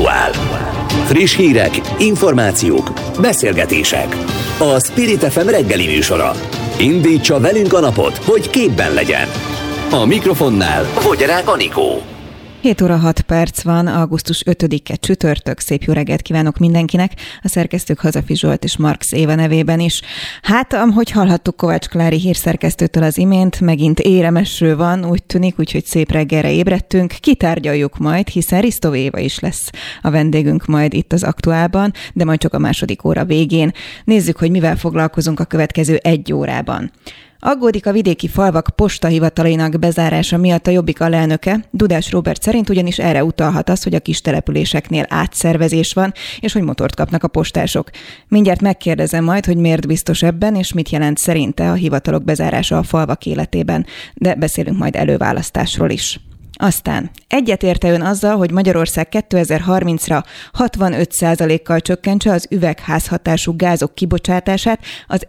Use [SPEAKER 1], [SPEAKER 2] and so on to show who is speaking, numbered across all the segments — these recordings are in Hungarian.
[SPEAKER 1] aktuál. Friss hírek, információk, beszélgetések. A Spirit FM reggeli műsora. Indítsa velünk a napot, hogy képben legyen. A mikrofonnál Vogyarák Anikó.
[SPEAKER 2] 7 óra 6 perc van, augusztus 5-e csütörtök. Szép jó reggelt kívánok mindenkinek, a szerkesztők Hazafi Zsolt és Marx Éva nevében is. Hát, ahogy hallhattuk Kovács Klári hírszerkesztőtől az imént, megint éremesről van, úgy tűnik, úgyhogy szép reggelre ébredtünk. Kitárgyaljuk majd, hiszen Risztov Éva is lesz a vendégünk majd itt az Aktuálban, de majd csak a második óra végén. Nézzük, hogy mivel foglalkozunk a következő 1 órában. Aggódik a vidéki falvak postahivatalainak bezárása miatt a Jobbik alelnöke. Dudás Róbert szerint ugyanis erre utalhat az, hogy a kis településeknél átszervezés van, és hogy motort kapnak a postások. Mindjárt megkérdezem majd, hogy miért biztos ebben, és mit jelent szerinte a hivatalok bezárása a falvak életében, de beszélünk majd előválasztásról is. Aztán egyetérte ön azzal, hogy Magyarország 2030-ra 65%-kal csökkentse az üvegházhatású gázok kibocsátását az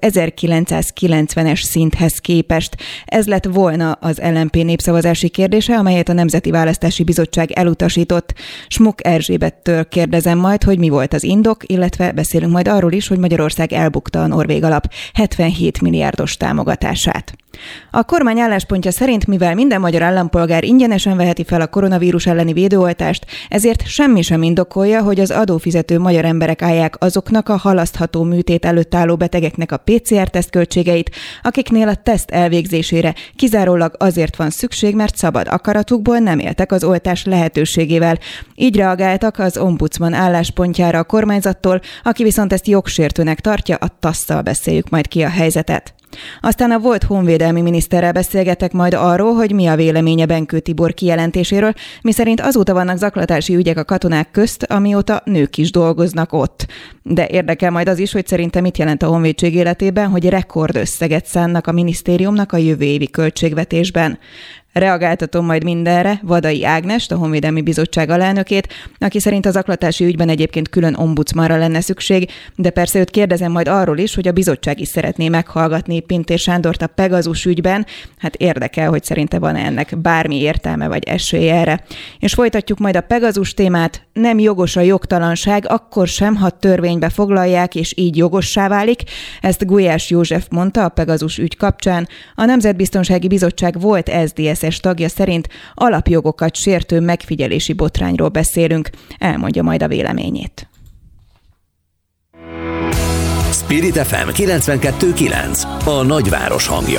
[SPEAKER 2] 1990-es szinthez képest. Ez lett volna az LMP népszavazási kérdése, amelyet a Nemzeti Választási Bizottság elutasított. Smuk Erzsébettől kérdezem majd, hogy mi volt az indok, illetve beszélünk majd arról is, hogy Magyarország elbukta a norvég alap 77 milliárdos támogatását. A kormány álláspontja szerint, mivel minden magyar állampolgár ingyenesen veheti fel a koronavírus elleni védőoltást, ezért semmi sem indokolja, hogy az adófizető magyar emberek állják azoknak a halasztható műtét előtt álló betegeknek a PCR-teszt költségeit, akiknél a teszt elvégzésére kizárólag azért van szükség, mert szabad akaratukból nem éltek az oltás lehetőségével. Így reagáltak az ombudsman álláspontjára a kormányzattól, aki viszont ezt jogsértőnek tartja, a TASZ-szal beszéljük majd ki a helyzetet. Aztán a volt honvédelmi miniszterrel beszélgetek majd arról, hogy mi a véleménye Benkő Tibor kijelentéséről, miszerint azóta vannak zaklatási ügyek a katonák közt, amióta nők is dolgoznak ott. De érdekel majd az is, hogy szerintem mit jelent a honvédség életében, hogy rekordösszeget szánnak a minisztériumnak a jövő évi költségvetésben. Reagáltatom majd mindenre Vadai Ágnest, a Honvédelmi Bizottság alelnökét, aki szerint a zaklatási ügyben egyébként külön ombudsmanra lenne szükség, de persze őt kérdezem majd arról is, hogy a bizottság is szeretné meghallgatni Pintér Sándort a Pegazus ügyben. Hát érdekel, hogy szerinte van ennek bármi értelme vagy esélye erre. És folytatjuk majd a Pegazus témát. Nem jogos a jogtalanság, akkor sem, ha törvénybe foglalják, és így jogossá válik. Ezt Gulyás József mondta a Pegazus ügy kapcsán. A Nemzetbiztonsági Bizottság volt SZDSZ tagja szerint alapjogokat sértő megfigyelési botrányról beszélünk. Elmondja majd a véleményét.
[SPEAKER 1] Spirit FM 92.9, a nagyváros hangja.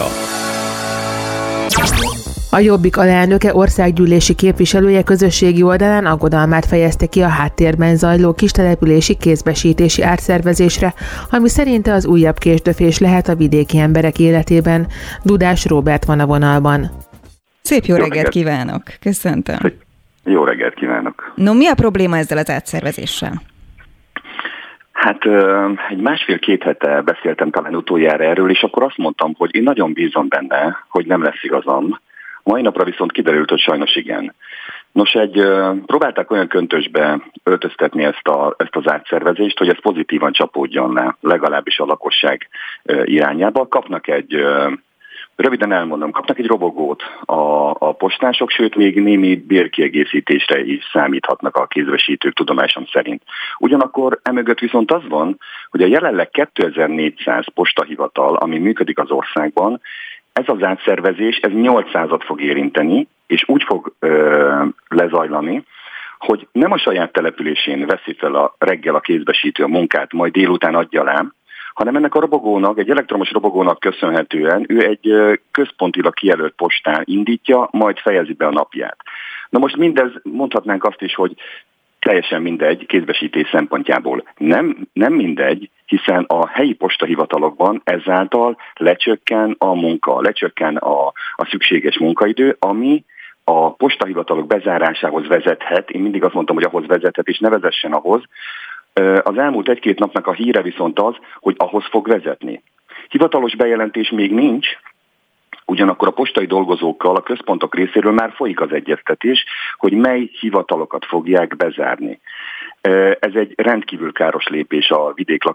[SPEAKER 3] A Jobbik alelnöke országgyűlési képviselője közösségi oldalán aggodalmát fejezte ki a háttérben zajló kistelepülési kézbesítési átszervezésre, ami szerinte az újabb késdöfés lehet a vidéki emberek életében. Dudás Róbert van a vonalban.
[SPEAKER 2] Szép jó reggelt kívánok! Köszöntöm!
[SPEAKER 4] Jó reggelt kívánok!
[SPEAKER 2] No, mi a probléma ezzel az átszervezéssel?
[SPEAKER 4] Hát egy 1,5-2 hete beszéltem talán utoljára erről, és akkor azt mondtam, hogy én nagyon bízom benne, hogy nem lesz igazam. Mai napra viszont kiderült, hogy sajnos igen. Nos, próbálták olyan köntösbe öltöztetni ezt az átszervezést, hogy ez pozitívan csapódjon le, legalábbis a lakosság irányába. Röviden elmondom, kapnak egy robogót a postások, sőt még némi bérkiegészítésre is számíthatnak a kézbesítők tudomásom szerint. Ugyanakkor emögött viszont az van, hogy a jelenleg 2400 postahivatal, ami működik az országban, ez az átszervezés, ez 800-at fog érinteni, és úgy fog lezajlani, hogy nem a saját településén veszi fel reggel a kézbesítő a munkát, majd délután adja le, hanem ennek a robogónak, egy elektromos robogónak köszönhetően ő egy központilag kijelölt postán indítja, majd fejezi be a napját. Na most mindez, mondhatnánk azt is, hogy teljesen mindegy kézbesítés szempontjából. Nem mindegy, hiszen a helyi postahivatalokban ezáltal lecsökken a munka, lecsökken a szükséges munkaidő, ami a postahivatalok bezárásához vezethet. Én mindig azt mondtam, hogy ahhoz vezethet, és ne vezessen ahhoz. Az elmúlt 1-2 napnak a híre viszont az, hogy ahhoz fog vezetni. Hivatalos bejelentés még nincs, ugyanakkor a postai dolgozókkal a központok részéről már folyik az egyeztetés, hogy mely hivatalokat fogják bezárni. Ez egy rendkívül káros lépés a vidék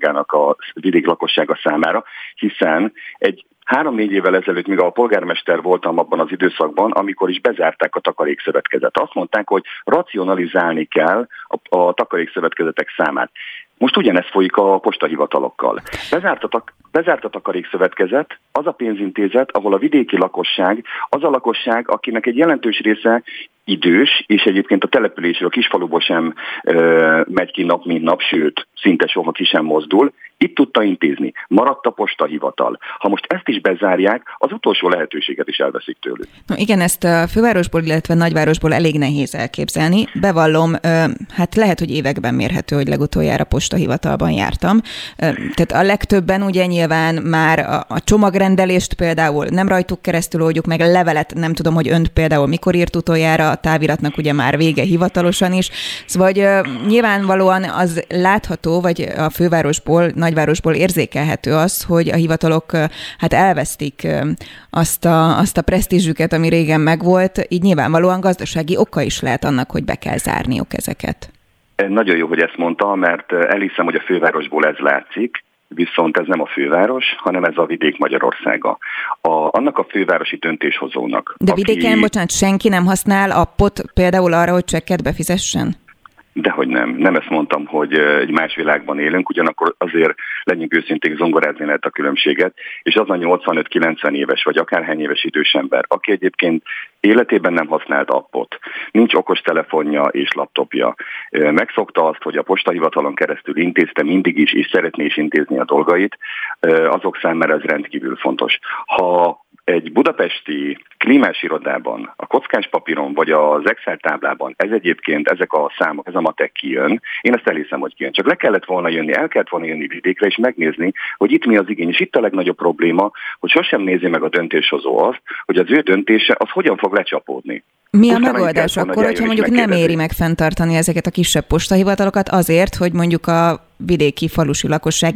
[SPEAKER 4] lakossága számára, hiszen egy 3-4 évvel ezelőtt, míg a polgármester voltam abban az időszakban, amikor is bezárták a takarékszövetkezet. Azt mondták, hogy racionalizálni kell a takarékszövetkezetek számát. Most ugyanez folyik a postahivatalokkal. Bezárt a takarékszövetkezet, az a pénzintézet, ahol a vidéki lakosság, az a lakosság, akinek egy jelentős része idős, és egyébként a településről, a kisfaluból sem megy ki nap mint nap, sőt, szinte soha ki sem mozdul, itt tudta intézni. Maradt a postahivatal. Ha most ezt is bezárják, az utolsó lehetőséget is elveszik tőlük.
[SPEAKER 2] No, igen, ezt a fővárosból, illetve nagyvárosból elég nehéz elképzelni. Bevallom, hát lehet, hogy években mérhető, hogy legutoljára postahivatalban jártam. Tehát a legtöbben ugye nyilván már a csomagrendelést például nem rajtuk keresztül oldjuk meg, levelet nem tudom, hogy önt például mikor írt utoljára, a táviratnak ugye már vége hivatalosan is. Szóval nyilvánvalóan az látható, vagy a fővárosból, nagyvárosból érzékelhető az, hogy a hivatalok hát elvesztik azt a presztízsüket, ami régen megvolt, így nyilvánvalóan gazdasági oka is lehet annak, hogy be kell zárniuk ezeket.
[SPEAKER 4] Nagyon jó, hogy ezt mondta, mert elhiszem, hogy a fővárosból ez látszik, viszont ez nem a főváros, hanem ez a vidék Magyarországa. Annak a fővárosi döntéshozónak.
[SPEAKER 2] De vidéken, bocsánat, senki nem használ appot például arra, hogy csekket befizessen?
[SPEAKER 4] Dehogy nem ezt mondtam, hogy egy más világban élünk, ugyanakkor azért legyünk őszinték, zongorázni lehet a különbséget, és az a 85-90 éves, vagy akárhány éves idős ember, aki egyébként életében nem használt appot, nincs okostelefonja és laptopja, megszokta azt, hogy a postahivatalon keresztül intézte mindig is, és szeretné is intézni a dolgait, azok számára ez rendkívül fontos. Ha egy budapesti klímás irodában, a kockás papíron vagy az Excel táblában ezek a számok, ez a matek kijön, én ezt elhiszem, hogy kijön. Csak el kellett volna jönni vidékre és megnézni, hogy itt mi az igény. És itt a legnagyobb probléma, hogy sosem nézi meg a döntéshozó azt, hogy az ő döntése az hogyan fog lecsapódni.
[SPEAKER 2] Mi a megoldás akkor, hogyha mondjuk nem éri meg fenntartani ezeket a kisebb postahivatalokat azért, hogy mondjuk a vidéki falusi lakosság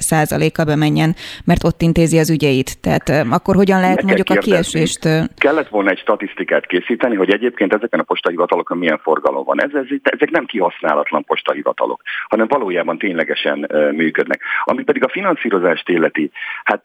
[SPEAKER 2] x% bemenjen, mert ott intézi az ügyeit. Tehát akkor hogyan lehet mondjuk a kiesést...
[SPEAKER 4] Kellett volna egy statisztikát készíteni, hogy egyébként ezeken a postahivatalokon milyen forgalom van. Ezek nem kihasználatlan postahivatalok, hanem valójában ténylegesen működnek. Ami pedig a finanszírozást illeti, hát...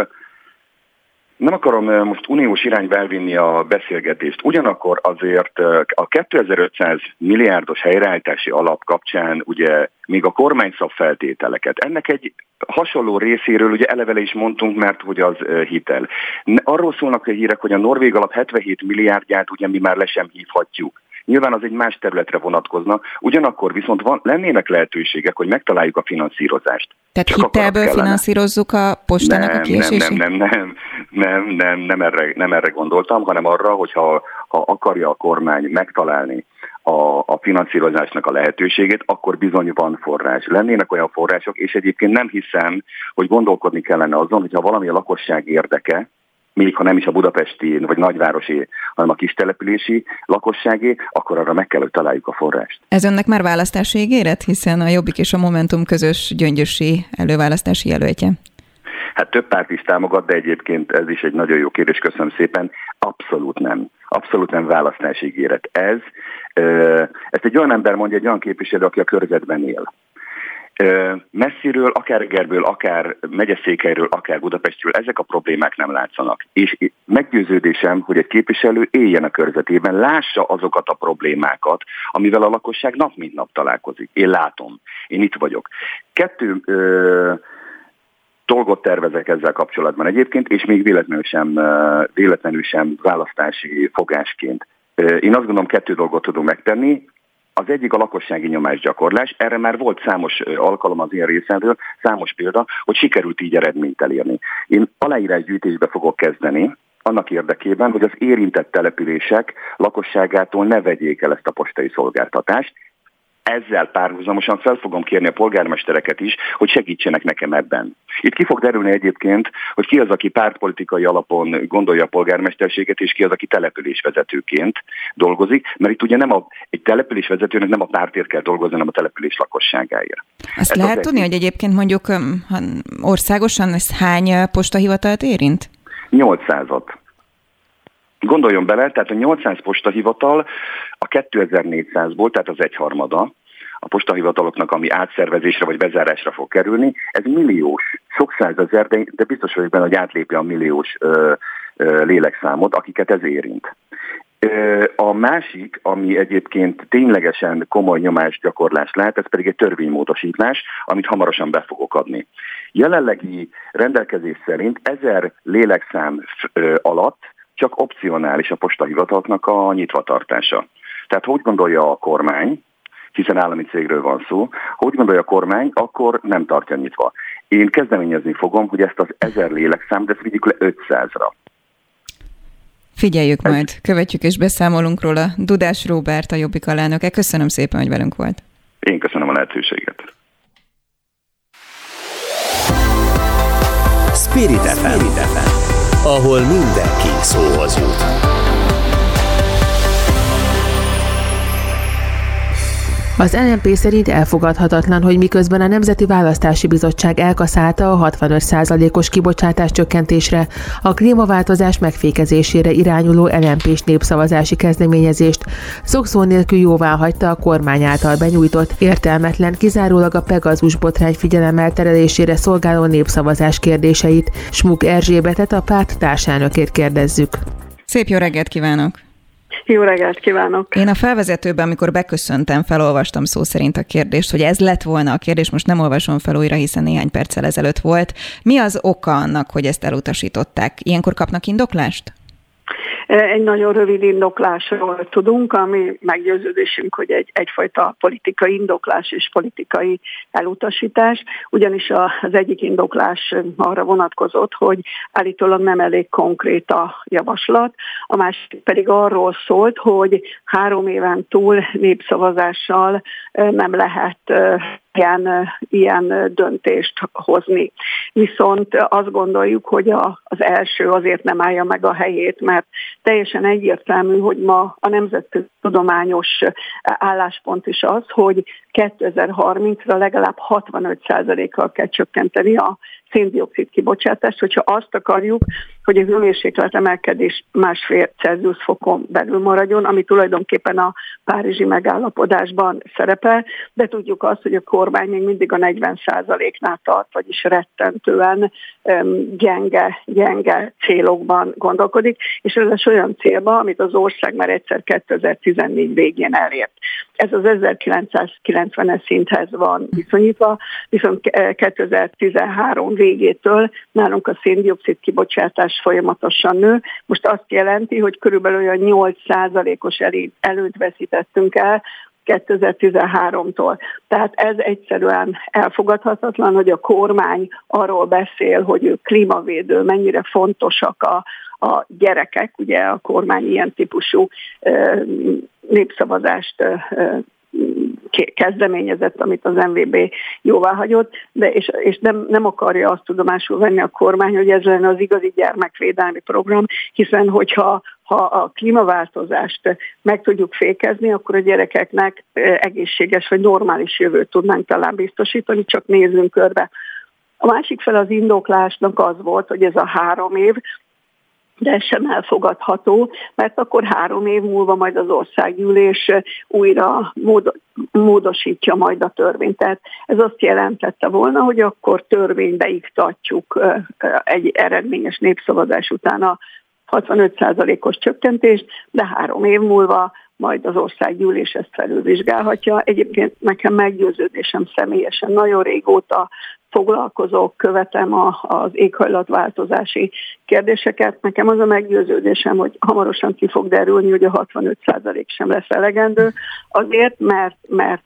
[SPEAKER 4] Nem akarom most uniós irányba elvinni a beszélgetést, ugyanakkor azért a 2500 milliárdos helyreállítási alap kapcsán ugye még a kormány szab feltételeket. Ennek egy hasonló részéről ugye eleve is mondtunk, mert hogy az hitel. Arról szólnak a hírek, hogy a norvég alap 77 milliárdját ugye mi már le sem hívhatjuk. Nyilván az egy más területre vonatkozna, ugyanakkor viszont lennének lehetőségek, hogy megtaláljuk a finanszírozást.
[SPEAKER 2] Tehát hitelből finanszírozzuk a postának a kiesését?
[SPEAKER 4] Nem erre gondoltam, hanem arra, hogy ha akarja a kormány megtalálni a finanszírozásnak a lehetőségét, akkor bizony van forrás. Lennének olyan források, és egyébként nem hiszem, hogy gondolkodni kellene azon, hogyha valami a lakosság érdeke, még ha nem is a budapesti vagy nagyvárosi, hanem a kistelepülési lakosságé, akkor arra meg kell, hogy találjuk a forrást.
[SPEAKER 2] Ez önnek már választási ígéret, hiszen a Jobbik és a Momentum közös gyöngyösi előválasztási jelöltje?
[SPEAKER 4] Hát több párt is támogat, de egyébként ez is egy nagyon jó kérdés, köszönöm szépen. Abszolút nem választási ígéret. Ezt egy olyan ember mondja, egy olyan képviselő, aki a körzetben él. Messziről, akár Egerből, akár Megyeszékhelyről, akár Budapestről ezek a problémák nem látszanak. És meggyőződésem, hogy egy képviselő éljen a körzetében, lássa azokat a problémákat, amivel a lakosság nap mint nap találkozik. Én látom. Én itt vagyok. 2 dolgot tervezek ezzel kapcsolatban egyébként, és még véletlenül sem választási fogásként. Én azt gondolom, 2 dolgot tudunk megtenni. Az egyik a lakossági nyomásgyakorlás, erre már volt számos alkalom az ilyen részemről, számos példa, hogy sikerült így eredményt elérni. Én aláírásgyűjtésbe fogok kezdeni, annak érdekében, hogy az érintett települések lakosságától ne vegyék el ezt a postai szolgáltatást. Ezzel párhuzamosan fel fogom kérni a polgármestereket is, hogy segítsenek nekem ebben. Itt ki fog derülni egyébként, hogy ki az, aki pártpolitikai alapon gondolja a polgármesterséget, és ki az, aki településvezetőként dolgozik, mert itt ugye egy településvezetőnek nem a pártért kell dolgozni, hanem a település lakosságáért.
[SPEAKER 2] Azt lehet tudni, hogy egyébként mondjuk országosan ez hány postahivatalt érint?
[SPEAKER 4] 800-at. Gondoljon bele, tehát a 800 postahivatal a 2400-ból, tehát az egyharmada, a postahivataloknak, ami átszervezésre vagy bezárásra fog kerülni, ez milliós, sok százezer, de biztos vagyok benne, hogy átlépi a milliós lélekszámot, akiket ez érint. A másik, ami egyébként ténylegesen komoly nyomásgyakorlás lehet, ez pedig egy törvénymódosítás, amit hamarosan be fogok adni. Jelenlegi rendelkezés szerint 1000 lélekszám alatt csak opcionális a postahivataloknak a nyitvatartása. Tehát hogy gondolja a kormány, hiszen állami cégről van szó, hogy gondolja a kormány, akkor nem tartja nyitva. Én kezdeményezni fogom, hogy ezt az 1000 lélekszám, de ezt vigyük le 500-ra.
[SPEAKER 2] Figyeljük majd, követjük és beszámolunk róla. Dudás Róbert, a Jobbik alelnöke. Köszönöm szépen, hogy velünk volt.
[SPEAKER 4] Én köszönöm a lehetőséget.
[SPEAKER 1] Spirit FM, ahol mindenki szóhoz jut.
[SPEAKER 3] Az LMP szerint elfogadhatatlan, hogy miközben a Nemzeti Választási Bizottság elkaszálta a 65%-os kibocsátás csökkentésre, a klímaváltozás megfékezésére irányuló LMP-s népszavazási kezdeményezést szokszó nélkül jóváhagyta a kormány által benyújtott, értelmetlen, kizárólag a Pegazus botrány figyelemmel terelésére szolgáló népszavazás kérdéseit. Smuk Erzsébetet, a párt társelnökét kérdezzük.
[SPEAKER 2] Szép jó reggelt kívánok!
[SPEAKER 5] Jó reggelt kívánok!
[SPEAKER 2] Én a felvezetőben, amikor beköszöntem, felolvastam szó szerint a kérdést, hogy ez lett volna a kérdés, most nem olvasom fel újra, hiszen néhány perccel ezelőtt volt. Mi az oka annak, hogy ezt elutasították? Ilyenkor kapnak indoklást?
[SPEAKER 5] Egy nagyon rövid indoklásról tudunk, ami meggyőződésünk, hogy egyfajta politikai indoklás és politikai elutasítás, ugyanis az egyik indoklás arra vonatkozott, hogy állítólag nem elég konkrét a javaslat, a másik pedig arról szólt, hogy 3 éven túl népszavazással nem lehet ilyen döntést hozni. Viszont azt gondoljuk, hogy az első azért nem állja meg a helyét, mert teljesen egyértelmű, hogy ma a nemzetközi tudományos álláspont is az, hogy 2030-ra legalább 65%-kal kell csökkenteni a szén-dioxid kibocsátást, hogyha azt akarjuk, hogy a hőmérséklet emelkedés 1,5 Celsius fokon belül maradjon, ami tulajdonképpen a párizsi megállapodásban szerepel, de tudjuk azt, hogy a kormány még mindig a 40%-nál tart, vagyis rettentően gyenge célokban gondolkodik, és ez olyan célba, amit az ország már egyszer 2014 végén elért. Ez az 1990-es szinthez van viszonyítva, viszont 2013 végétől nálunk a szén-dioxid kibocsátás folyamatosan nő. Most azt jelenti, hogy körülbelül olyan 8%-os előnyt veszítettünk el 2013-tól. Tehát ez egyszerűen elfogadhatatlan, hogy a kormány arról beszél, hogy ő klímavédő, mennyire fontosak a gyerekek, ugye a kormány ilyen típusú népszavazást kezdeményezett, amit az MVB jóváhagyott, és nem akarja azt tudomásul venni a kormány, hogy ez lenne az igazi gyermekvédelmi program, hiszen hogyha a klímaváltozást meg tudjuk fékezni, akkor a gyerekeknek egészséges vagy normális jövőt tudnánk talán biztosítani, csak nézzünk körbe. A másik fel az indoklásnak az volt, hogy ez a 3 év, de ez sem elfogadható, mert akkor 3 év múlva majd az országgyűlés újra módosítja majd a törvényt. Tehát ez azt jelentette volna, hogy akkor törvénybe iktatjuk egy eredményes népszavazás után a 65%-os csökkentést, de 3 év múlva majd az országgyűlés ezt felülvizsgálhatja. Egyébként nekem meggyőződésem személyesen, nagyon régóta foglalkozok, követem az éghajlatváltozási kérdéseket. Nekem az a meggyőződésem, hogy hamarosan ki fog derülni, hogy a 65% sem lesz elegendő, azért, mert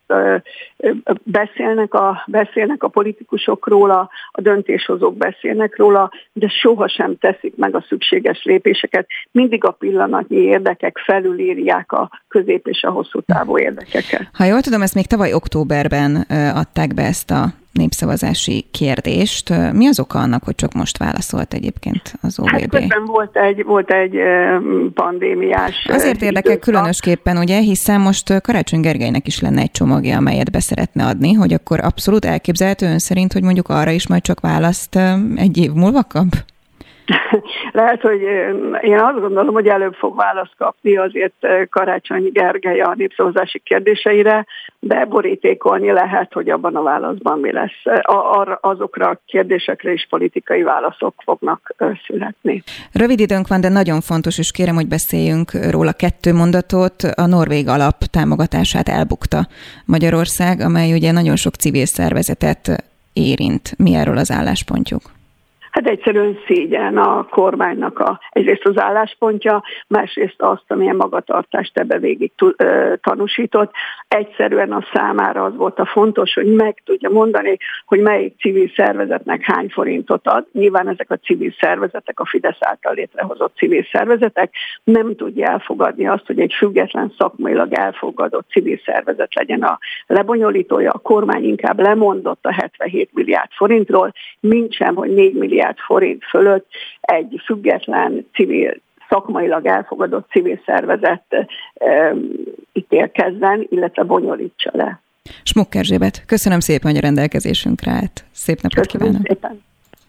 [SPEAKER 5] beszélnek a politikusok róla, a döntéshozók beszélnek róla, de sohasem teszik meg a szükséges lépéseket. Mindig a pillanatnyi érdekek felülírják a közép és a hosszú távú érdekeket.
[SPEAKER 2] Ha jól tudom, ezt még tavaly októberben adták be, ezt a népszavazási kérdést. Mi az oka annak, hogy csak most válaszolt egyébként az OVB?
[SPEAKER 5] Hát közben volt egy pandémiás...
[SPEAKER 2] Azért érdekel különösképpen, ugye, hiszen most Karácsony Gergelynek is lenne egy csomagja, amelyet be szeretne adni, hogy akkor abszolút elképzelhető ön szerint, hogy mondjuk arra is majd csak választ 1 év múlva kap?
[SPEAKER 5] Lehet, hogy én azt gondolom, hogy előbb fog választ kapni azért Karácsony Gergely a népszavazási kérdéseire, de borítékolni lehet, hogy abban a válaszban mi lesz. Azokra a kérdésekre is politikai válaszok fognak születni.
[SPEAKER 2] Rövid időnk van, de nagyon fontos, és kérem, hogy beszéljünk róla 2 mondatot. A norvég alap támogatását elbukta Magyarország, amely ugye nagyon sok civil szervezetet érint. Mi erről az álláspontjuk?
[SPEAKER 5] Hát egyszerűen szégyen a kormánynak egyrészt az álláspontja, másrészt azt, amilyen magatartást ebbe végig tanúsított. Egyszerűen a számára az volt a fontos, hogy meg tudja mondani, hogy melyik civil szervezetnek hány forintot ad. Nyilván ezek a civil szervezetek, a Fidesz által létrehozott civil szervezetek, nem tudja elfogadni azt, hogy egy független szakmailag elfogadott civil szervezet legyen a lebonyolítója. A kormány inkább lemondott a 77 milliárd forintról, mintsem, hogy 4 milliárd forint fölött egy független civil, szakmailag elfogadott civil szervezet ítélkezzen, illetve bonyolítsa le.
[SPEAKER 2] Smuk Erzsébet, köszönöm szépen, hogy a rendelkezésünkre állt. Szép napot kívánok!
[SPEAKER 5] Szépen.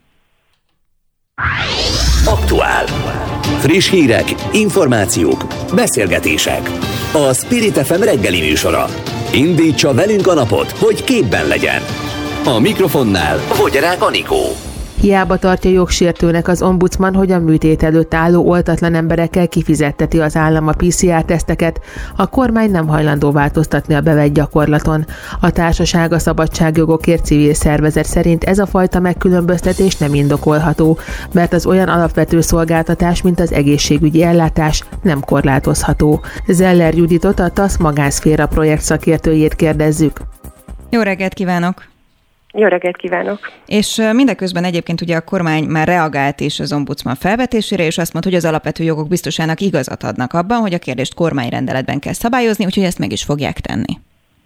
[SPEAKER 1] Aktuál. Friss hírek, információk, beszélgetések. A Spirit FM reggeli műsora. Indítsa velünk a napot, hogy képben legyen. A mikrofonnál Vogyarák Anikó.
[SPEAKER 3] Hiába tartja jogsértőnek az ombudsman, hogy a műtét előtt álló oltatlan emberekkel kifizetteti az állam a PCR-teszteket, a kormány nem hajlandó változtatni a bevett gyakorlaton. A Társaság a Szabadságjogokért civil szervezet szerint ez a fajta megkülönböztetés nem indokolható, mert az olyan alapvető szolgáltatás, mint az egészségügyi ellátás nem korlátozható. Zeller Juditot, a TASZ magánszféra projekt szakértőjét kérdezzük.
[SPEAKER 2] Jó reggelt kívánok!
[SPEAKER 6] Jó reggelt kívánok!
[SPEAKER 2] És mindeközben egyébként ugye a kormány már reagált is az ombudsman felvetésére, és azt mondta, hogy az alapvető jogok biztosának igazat adnak abban, hogy a kérdést kormányrendeletben kell szabályozni, úgyhogy ezt meg is fogják tenni.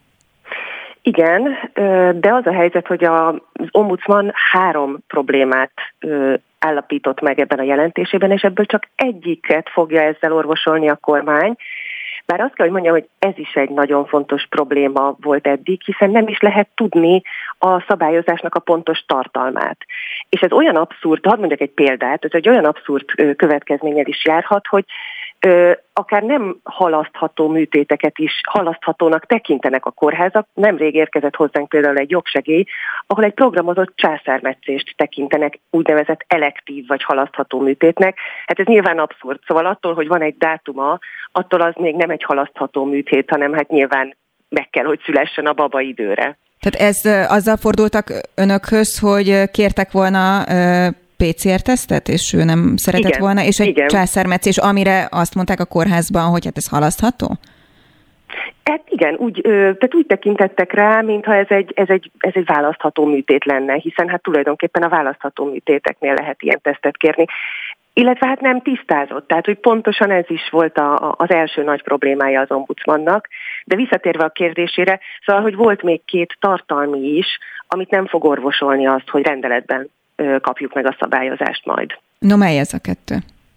[SPEAKER 6] Igen, de az a helyzet, hogy az ombudsman 3 problémát állapított meg ebben a jelentésében, és ebből csak egyiket fogja ezzel orvosolni a kormány. Bár azt kell, hogy mondjam, hogy ez is egy nagyon fontos probléma volt eddig, hiszen nem is lehet tudni a szabályozásnak a pontos tartalmát. És ez olyan abszurd, hadd mondjak egy példát, ez egy olyan abszurd következménnyel is járhat, hogy akár nem halasztható műtéteket is halaszthatónak tekintenek a kórházak. Nemrég érkezett hozzánk például egy jogsegély, ahol egy programozott császármetszést tekintenek úgynevezett elektív vagy halasztható műtétnek. Hát ez nyilván abszurd. Szóval attól, hogy van egy dátuma, attól az még nem egy halasztható műtét, hanem hát nyilván meg kell, hogy szülessen a baba időre.
[SPEAKER 2] Tehát ez azzal fordultak önökhöz, hogy kértek volna PCR-tesztet, és ő nem szeretett volna, és egy császármetszés, amire azt mondták a kórházban, hogy hát ez halasztható?
[SPEAKER 6] Hát igen, tehát úgy tekintettek rá, mintha ez egy választható műtét lenne, hiszen hát tulajdonképpen a választható műtéteknél lehet ilyen tesztet kérni. Illetve hát nem tisztázott, tehát hogy pontosan ez is volt az első nagy problémája az ombudsmannak, de visszatérve a kérdésére, szóval, hogy volt még 2 tartalmi is, amit nem fog orvosolni azt, hogy rendeletben kapjuk meg a szabályozást majd.
[SPEAKER 2] No, mely ez a 2?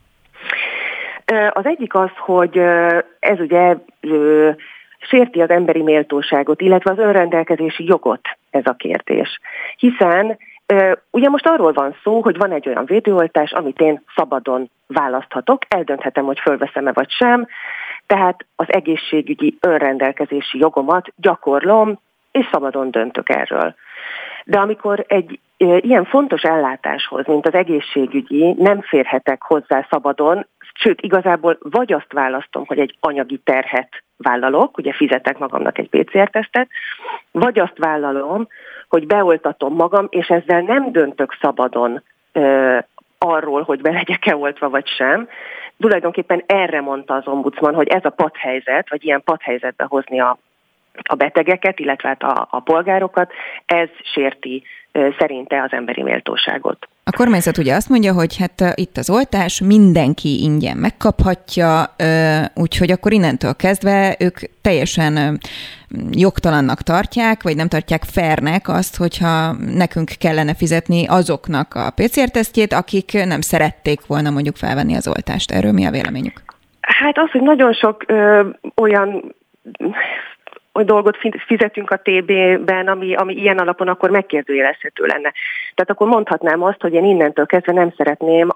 [SPEAKER 6] Az egyik az, hogy ez ugye sérti az emberi méltóságot, illetve az önrendelkezési jogot ez a kérdés. Hiszen ugye most arról van szó, hogy van egy olyan védőoltás, amit én szabadon választhatok, eldönthetem, hogy fölveszem-e vagy sem, tehát az egészségügyi önrendelkezési jogomat gyakorlom, és szabadon döntök erről. De amikor egy ilyen fontos ellátáshoz, mint az egészségügyi, nem férhetek hozzá szabadon, sőt, igazából vagy azt választom, hogy egy anyagi terhet vállalok, ugye fizetek magamnak egy PCR-tesztet, vagy azt vállalom, hogy beoltatom magam, és ezzel nem döntök szabadon arról, hogy be legyek-e oltva vagy sem. Tulajdonképpen erre mondta az ombudsman, hogy ez a patthelyzet, vagy ilyen patthelyzetbe hozni a betegeket, illetve hát a polgárokat, ez sérti szerinte az emberi méltóságot.
[SPEAKER 2] A kormányzat ugye azt mondja, hogy hát itt az oltás, mindenki ingyen megkaphatja, úgyhogy akkor innentől kezdve ők teljesen jogtalannak tartják, vagy nem tartják fairnek azt, hogyha nekünk kellene fizetni azoknak a PCR-tesztjét, akik nem szerették volna mondjuk felvenni az oltást. Erről mi a véleményük?
[SPEAKER 6] Hát az, hogy nagyon sok olyan dolgot fizetünk a TB-ben, ami ilyen alapon akkor megkérdőjelezhető lenne. Tehát akkor mondhatnám azt, hogy én innentől kezdve nem szeretném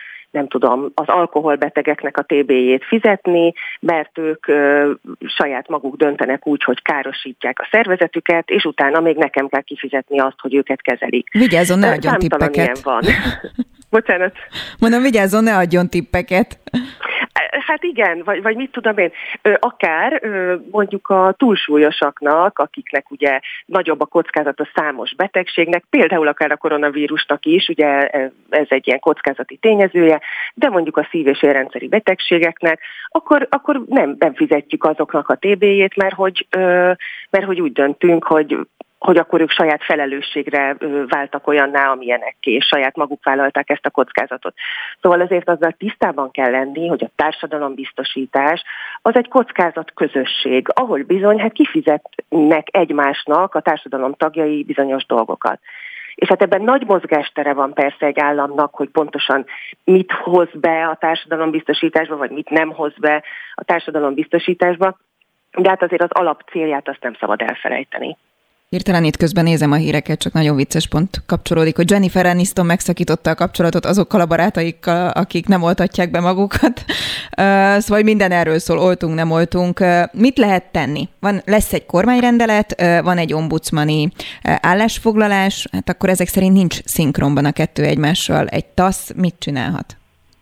[SPEAKER 6] az alkoholbetegeknek a TB-jét fizetni, mert ők saját maguk döntenek úgy, hogy károsítják a szervezetüket, és utána még nekem kell kifizetni azt, hogy őket kezelik.
[SPEAKER 2] Vigyázzon, ne adjon tippeket.
[SPEAKER 6] Ilyen van. Bocsánat.
[SPEAKER 2] Mondom, vigyázzon, ne adjon tippeket.
[SPEAKER 6] Hát igen, vagy mit tudom én, akár mondjuk a túlsúlyosaknak, akiknek ugye nagyobb a kockázat a számos betegségnek, például akár a koronavírusnak is, ugye ez egy ilyen kockázati tényezője, de mondjuk a szív- és érrendszeri betegségeknek, akkor nem fizetjük azoknak a TB-jét, mert hogy úgy döntünk, hogy akkor ők saját felelősségre váltak olyanná, amilyenekké, és saját maguk vállalták ezt a kockázatot. Szóval azért azzal tisztában kell lenni, hogy a társadalombiztosítás az egy kockázatközösség, ahol bizony kifizetnek egymásnak a társadalom tagjai bizonyos dolgokat. És hát ebben nagy mozgástere van persze egy államnak, hogy pontosan mit hoz be a társadalombiztosításba, vagy mit nem hoz be a társadalombiztosításba, de hát azért az alapcélját azt nem szabad elfelejteni.
[SPEAKER 2] Hirtelen itt közben nézem a híreket, csak nagyon vicces pont kapcsolódik, hogy Jennifer Aniston megszakította a kapcsolatot azokkal a barátaikkal, akik nem oltatják be magukat. Szóval minden erről szól, oltunk, nem oltunk. Mit lehet tenni? Lesz egy kormányrendelet, van egy ombudsmani állásfoglalás, hát akkor ezek szerint nincs szinkronban a kettő egymással. Egy TASZ mit csinálhat?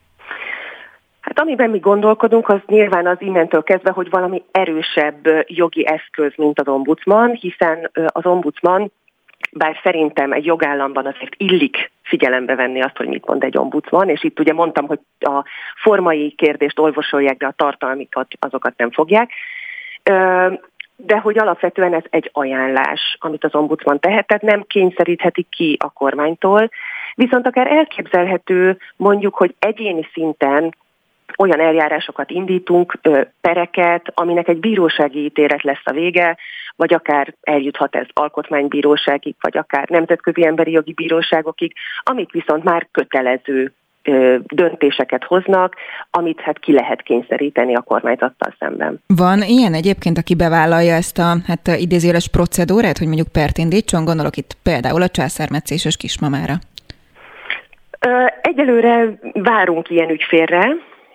[SPEAKER 6] Hát amiben mi gondolkodunk, az nyilván az innentől kezdve, hogy valami erősebb jogi eszköz, mint az ombudsman, hiszen az ombudsman, bár szerintem egy jogállamban azért illik figyelembe venni azt, hogy mit mond egy ombudsman, és itt ugye mondtam, hogy a formai kérdést olvasolják, de a tartalmikat, azokat nem fogják, de hogy alapvetően ez egy ajánlás, amit az ombudsman tehet, tehát nem kényszerítheti ki a kormánytól, viszont akár elképzelhető mondjuk, hogy egyéni szinten olyan eljárásokat indítunk, pereket, aminek egy bírósági ítélet lesz a vége, vagy akár eljuthat ez alkotmánybíróságig, vagy akár nemzetközi emberi jogi bíróságokig, amik viszont már kötelező döntéseket hoznak, amit hát ki lehet kényszeríteni a kormányzattal szemben.
[SPEAKER 2] Van ilyen egyébként, aki bevállalja ezt a idézőjeles procedúrát, hogy mondjuk pert indítson, gondolok itt például a császármetszéses kismamára?
[SPEAKER 6] Egyelőre várunk ilyen ügyfélre.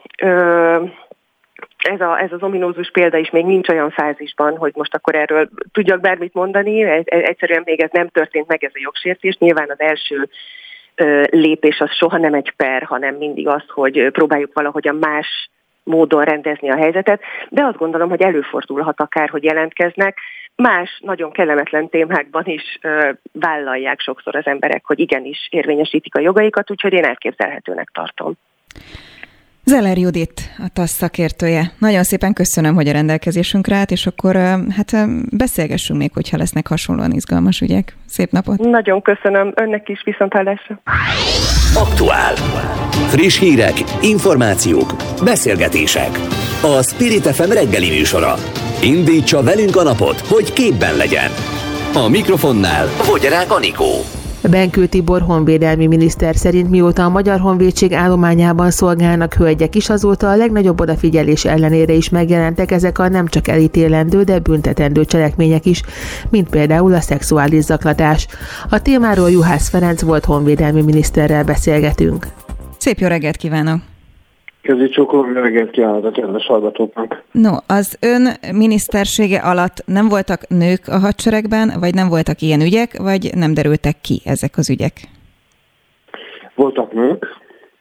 [SPEAKER 6] Ez az ominózus példa is még nincs olyan fázisban, hogy most akkor erről tudjak bármit mondani, egyszerűen még ez nem történt meg, ez a jogsértés. Nyilván az első lépés az soha nem egy per, hanem mindig az, hogy próbáljuk valahogyan más módon rendezni a helyzetet, de azt gondolom, hogy előfordulhat akár, hogy jelentkeznek. Más nagyon kellemetlen témákban is vállalják sokszor az emberek, hogy igenis érvényesítik a jogaikat, úgyhogy én elképzelhetőnek tartom.
[SPEAKER 2] Zeller Judit, a TASZ szakértője. Nagyon szépen köszönöm, hogy a rendelkezésünkre állt, és akkor beszélgessünk még, hogyha lesznek hasonlóan izgalmas ügyek. Szép napot! Nagyon köszönöm, önnek is, viszonthallásra!
[SPEAKER 1] Aktuál. Friss hírek, információk, beszélgetések. A Spirit FM reggeli műsora. Indítsa velünk a napot, hogy képben legyen. A mikrofonnál Vogyarák Anikó.
[SPEAKER 3] Benkő Tibor honvédelmi miniszter szerint mióta a Magyar Honvédség állományában szolgálnak hölgyek is, azóta a legnagyobb odafigyelés ellenére is megjelentek ezek a nem csak elítélendő, de büntetendő cselekmények is, mint például a szexuális zaklatás. A témáról Juhász Ferenc volt honvédelmi miniszterrel beszélgetünk.
[SPEAKER 2] Szép jó reggelt kívánok!
[SPEAKER 7] Közécsókolom, jó reggelt kívánok a kedves hallgatóknak!
[SPEAKER 2] No, az ön minisztersége alatt nem voltak nők a hadseregben, vagy nem voltak ilyen ügyek, vagy nem derültek ki ezek az ügyek?
[SPEAKER 7] Voltak nők,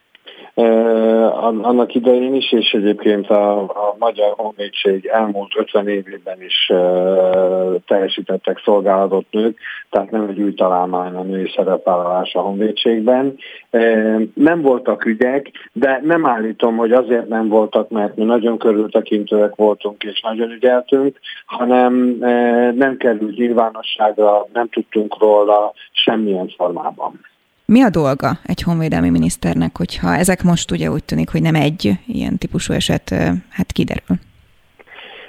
[SPEAKER 7] annak idején is, és egyébként a Magyar Honvédség elmúlt 50 évében is teljesítettek szolgálatot nők, tehát nem egy új találmány a női szerepvállalás a honvédségben. Nem voltak ügyek, de nem állítom, hogy azért nem voltak, mert mi nagyon körültekintőek voltunk és nagyon ügyeltünk, hanem nem került nyilvánosságra, nem tudtunk róla semmilyen formában.
[SPEAKER 2] Mi a dolga egy honvédelmi miniszternek, hogyha ezek most ugye úgy tűnik, hogy nem egy ilyen típusú eset kiderül?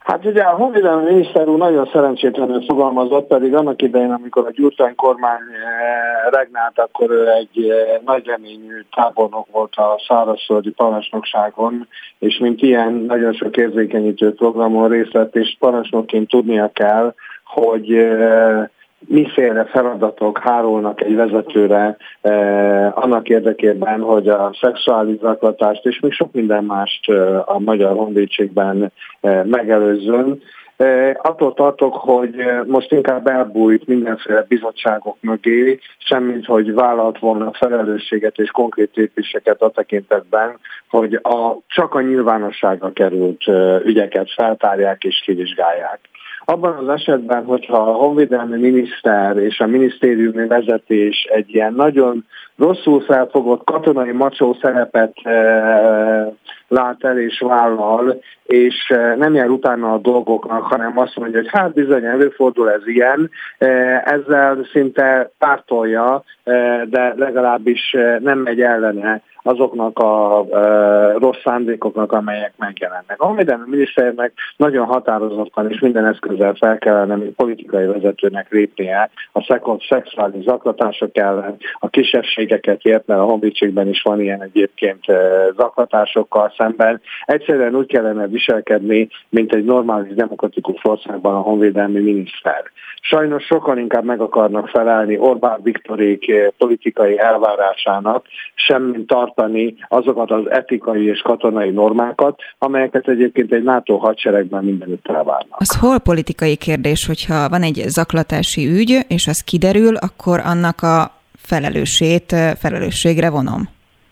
[SPEAKER 7] Hát ugye a honvédelmi miniszter úr nagyon szerencsétlenül fogalmazott, pedig annak idején, amikor a Gyurcsány kormány regnált, akkor ő egy nagy reményű tábornok volt a szárazföldi parancsnokságon, és mint ilyen nagyon sok érzékenyítő programon részt vett, és parancsnokként tudnia kell, hogy miféle feladatok hárulnak egy vezetőre annak érdekében, hogy a szexuális zaklatást és még sok minden mást a Magyar Honvédségben megelőzzön. Attól tartok, hogy most inkább elbújt mindenféle bizottságok mögé, semmint hogy vállalt volna felelősséget és konkrét lépéseket a tekintetben, hogy csak a nyilvánosságra került ügyeket feltárják és kivizsgálják. Abban az esetben, hogyha a honvédelmi miniszter és a minisztériumi vezetés egy ilyen nagyon rosszul felfogott katonai macsó szerepet lát el és vállal, és nem jár utána a dolgoknak, hanem azt mondja, hogy hát bizony előfordul ez ilyen, ezzel szinte pártolja, de legalábbis nem megy ellene azoknak a rossz szándékoknak, amelyek megjelennek. A honvédelmi miniszternek nagyon határozottan és minden eszközzel fel kellene, mint politikai vezetőnek lépnie a szexuális zaklatások ellen, a kisebbségeket ért, mert a honvédségben is van ilyen egyébként zaklatásokkal szemben. Egyszerűen úgy kellene viselkedni, mint egy normális demokratikus országban a honvédelmi miniszter. Sajnos sokkal inkább meg akarnak felelni Orbán Viktorék politikai elvárásának, semmint tartani azokat az etikai és katonai normákat, amelyeket egyébként egy NATO hadseregben mindenütt elvárnak.
[SPEAKER 2] Az hol politikai kérdés, hogyha van egy zaklatási ügy, és az kiderül, akkor annak a felelősségre vonom?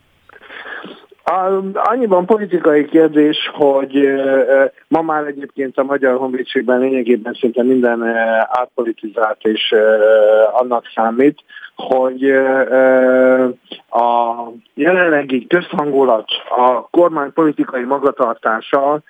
[SPEAKER 7] Annyiban politikai kérdés, hogy ma már egyébként a Magyar Honvédségben lényegében szinte minden átpolitizált és annak számít, hogy a jelenlegi közhangulat, a kormány politikai magatartása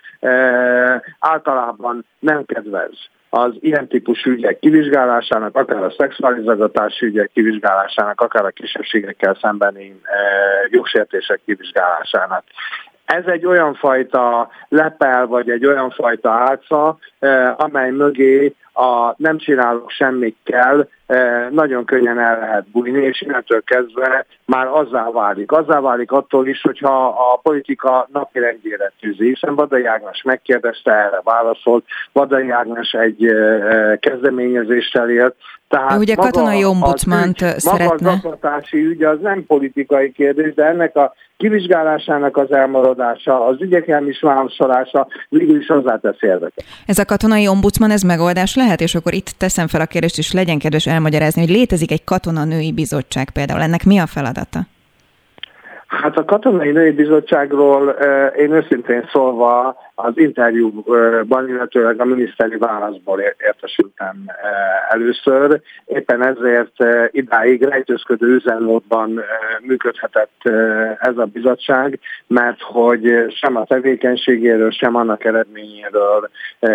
[SPEAKER 7] általában nem kedvez az ilyen típusú ügyek kivizsgálásának, akár a szexuális zaklatási ügyek kivizsgálásának, akár a kisebbségekkel szembeni jogsértések kivizsgálásának. Ez egy olyan fajta lepel, vagy egy olyan fajta álca, amely mögé a nem csinálok semmit kell, nagyon könnyen el lehet bújni, és innentől kezdve már azzá válik attól is, hogyha a politika napirendjére tűzi, hiszen Vadai Ágnes megkérdezte, erre válaszolt, Vadai Ágnes egy kezdeményezéssel élt. Tehát
[SPEAKER 2] ugye katonai ombudsmant szeretne.
[SPEAKER 7] Maga a zaklatási ügy az nem politikai kérdés, de ennek a kivizsgálásának az elmaradása, az ügyek elmisválaszolása végül is hozzátesz érdeket.
[SPEAKER 2] Ez a katonai ombudsman, ez megoldás lehet? És akkor itt teszem fel a kérdést, és legyen kedves elmagyarázni, hogy létezik egy katonanői bizottság például. Ennek mi a feladata?
[SPEAKER 7] Hát a Katonai Női Bizottságról én őszintén szólva az interjúban, illetőleg a miniszteri válaszból értesültem először. Éppen ezért idáig rejtőzködő üzemmódban működhetett ez a bizottság, mert hogy sem a tevékenységéről, sem annak eredményéről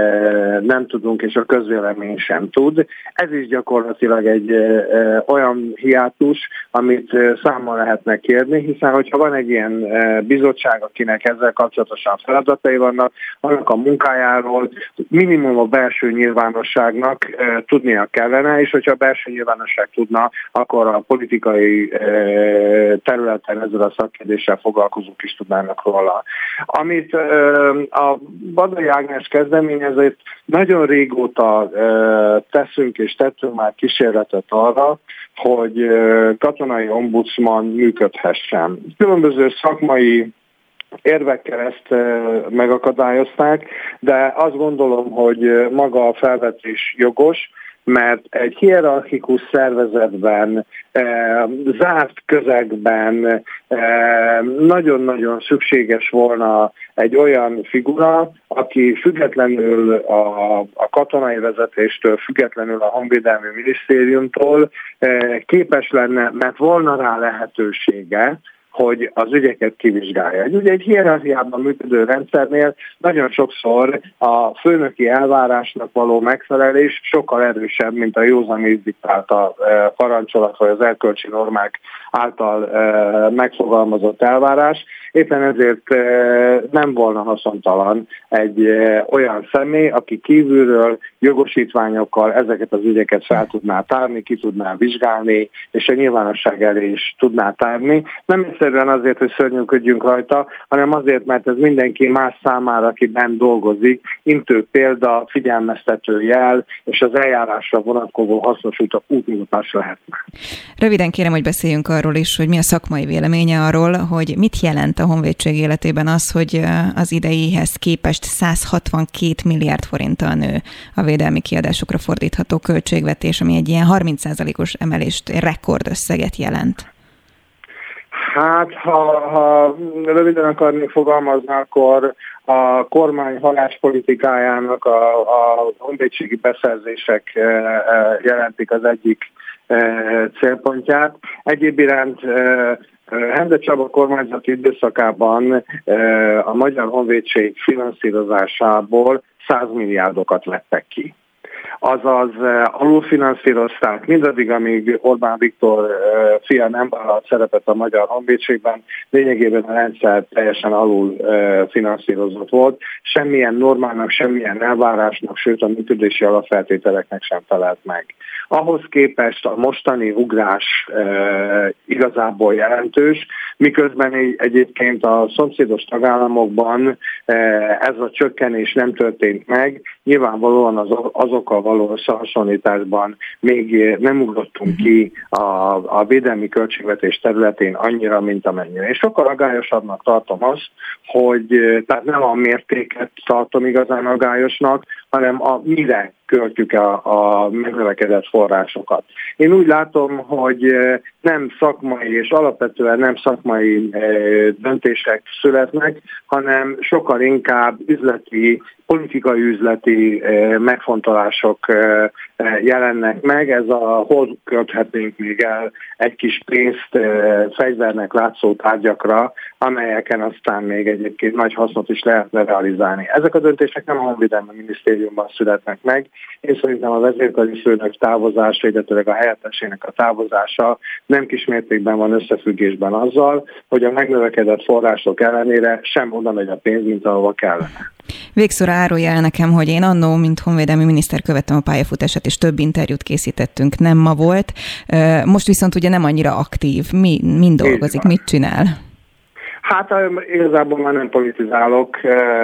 [SPEAKER 7] nem tudunk, és a közvélemény sem tud. Ez is gyakorlatilag egy olyan hiátus, amit számon lehetne kérni, hiszen hogyha van egy ilyen bizottság, akinek ezzel kapcsolatosan feladatai vannak, annak a munkájáról minimum a belső nyilvánosságnak tudnia kellene, és hogyha a belső nyilvánosság tudna, akkor a politikai területen ezzel a szakkérdéssel foglalkozók is tudnának róla. Amit a Vadai Ágnes kezdeményezett, nagyon régóta teszünk és tettünk már kísérletet arra, hogy katonai ombudsman működhessen. Különböző szakmai érvekkel ezt megakadályozták, de azt gondolom, hogy maga a felvetés jogos, mert egy hierarchikus szervezetben, zárt közegben nagyon-nagyon szükséges volna egy olyan figura, aki függetlenül a katonai vezetéstől, függetlenül a Honvédelmi Minisztériumtól képes lenne, mert volna rá lehetősége, hogy az ügyeket kivizsgálja. Ugye egy hierarchiában működő rendszernél nagyon sokszor a főnöki elvárásnak való megfelelés sokkal erősebb, mint a józanész diktálta parancsolat vagy az erkölcsi normák által megfogalmazott elvárás. Éppen ezért nem volna haszontalan egy olyan személy, aki kívülről jogosítványokkal ezeket az ügyeket fel tudná tárni, ki tudná vizsgálni, és a nyilvánosság elé is tudná tárni. Nem egyszerűen azért, hogy szörnyűködjünk rajta, hanem azért, mert ez mindenki más számára, aki bent dolgozik, intő példa, figyelmeztető jel, és az eljárásra vonatkozó hasznos útmutatás lehetne.
[SPEAKER 2] Röviden kérem, hogy beszéljünk arról is, hogy mi a szakmai véleménye arról, hogy mit jelent a honvédség életében az, hogy az ideihez képest 162 milliárd forinttal nő a védelmi kiadásokra fordítható költségvetés, ami egy ilyen 30%-os emelést, rekordösszeget jelent.
[SPEAKER 7] Hát, ha röviden akarnék fogalmazni, akkor a kormány halászpolitikájának a honvédségi beszerzések jelentik az egyik célpontját. Egyéb iránt Hende Csaba kormányzati időszakában a Magyar Honvédség finanszírozásából 100 milliárdokat vettek ki. Azaz alulfinanszírozták mindaddig, amíg Orbán Viktor fia nem vállalt szerepet a Magyar Honvédségben, lényegében a rendszer teljesen alul finanszírozott volt, semmilyen normának, semmilyen elvárásnak, sőt a működési alapfeltételeknek sem felelt meg. Ahhoz képest a mostani ugrás igazából jelentős, miközben egyébként a szomszédos tagállamokban ez a csökkenés nem történt meg, nyilvánvalóan azokkal való összehasonlításban még nem ugrottunk ki a védelmi költségvetés területén annyira, mint amennyire. És sokkal aggályosabbnak tartom azt, hogy tehát nem a mértéket tartom igazán aggályosnak, hanem mire költjük a megnövekedett forrásokat. Én úgy látom, hogy nem szakmai és alapvetően nem szakmai döntések születnek, hanem sokkal inkább politikai üzleti megfontolások jelennek meg. Ez hol költhetnénk még el egy kis pénzt fegyvernek látszó tárgyakra, amelyeken aztán még egyébként nagy hasznot is lehetne realizálni. Ezek a döntések nem a Honvédelmi Minisztériumban születnek meg. Én szerintem a vezérkari főnök távozása, illetőleg a helyettesének a távozása nem kis mértékben van összefüggésben azzal, hogy a megnövekedett források ellenére sem oda megy a pénz, mint ahova kellene.
[SPEAKER 2] Végszóra árulja el nekem, hogy én annó, mint honvédelmi miniszter követtem a pályafutását, és több interjút készítettünk, nem ma volt. Most viszont ugye nem annyira aktív. Min dolgozik, mit csinál?
[SPEAKER 7] Hát igazából már nem politizálok,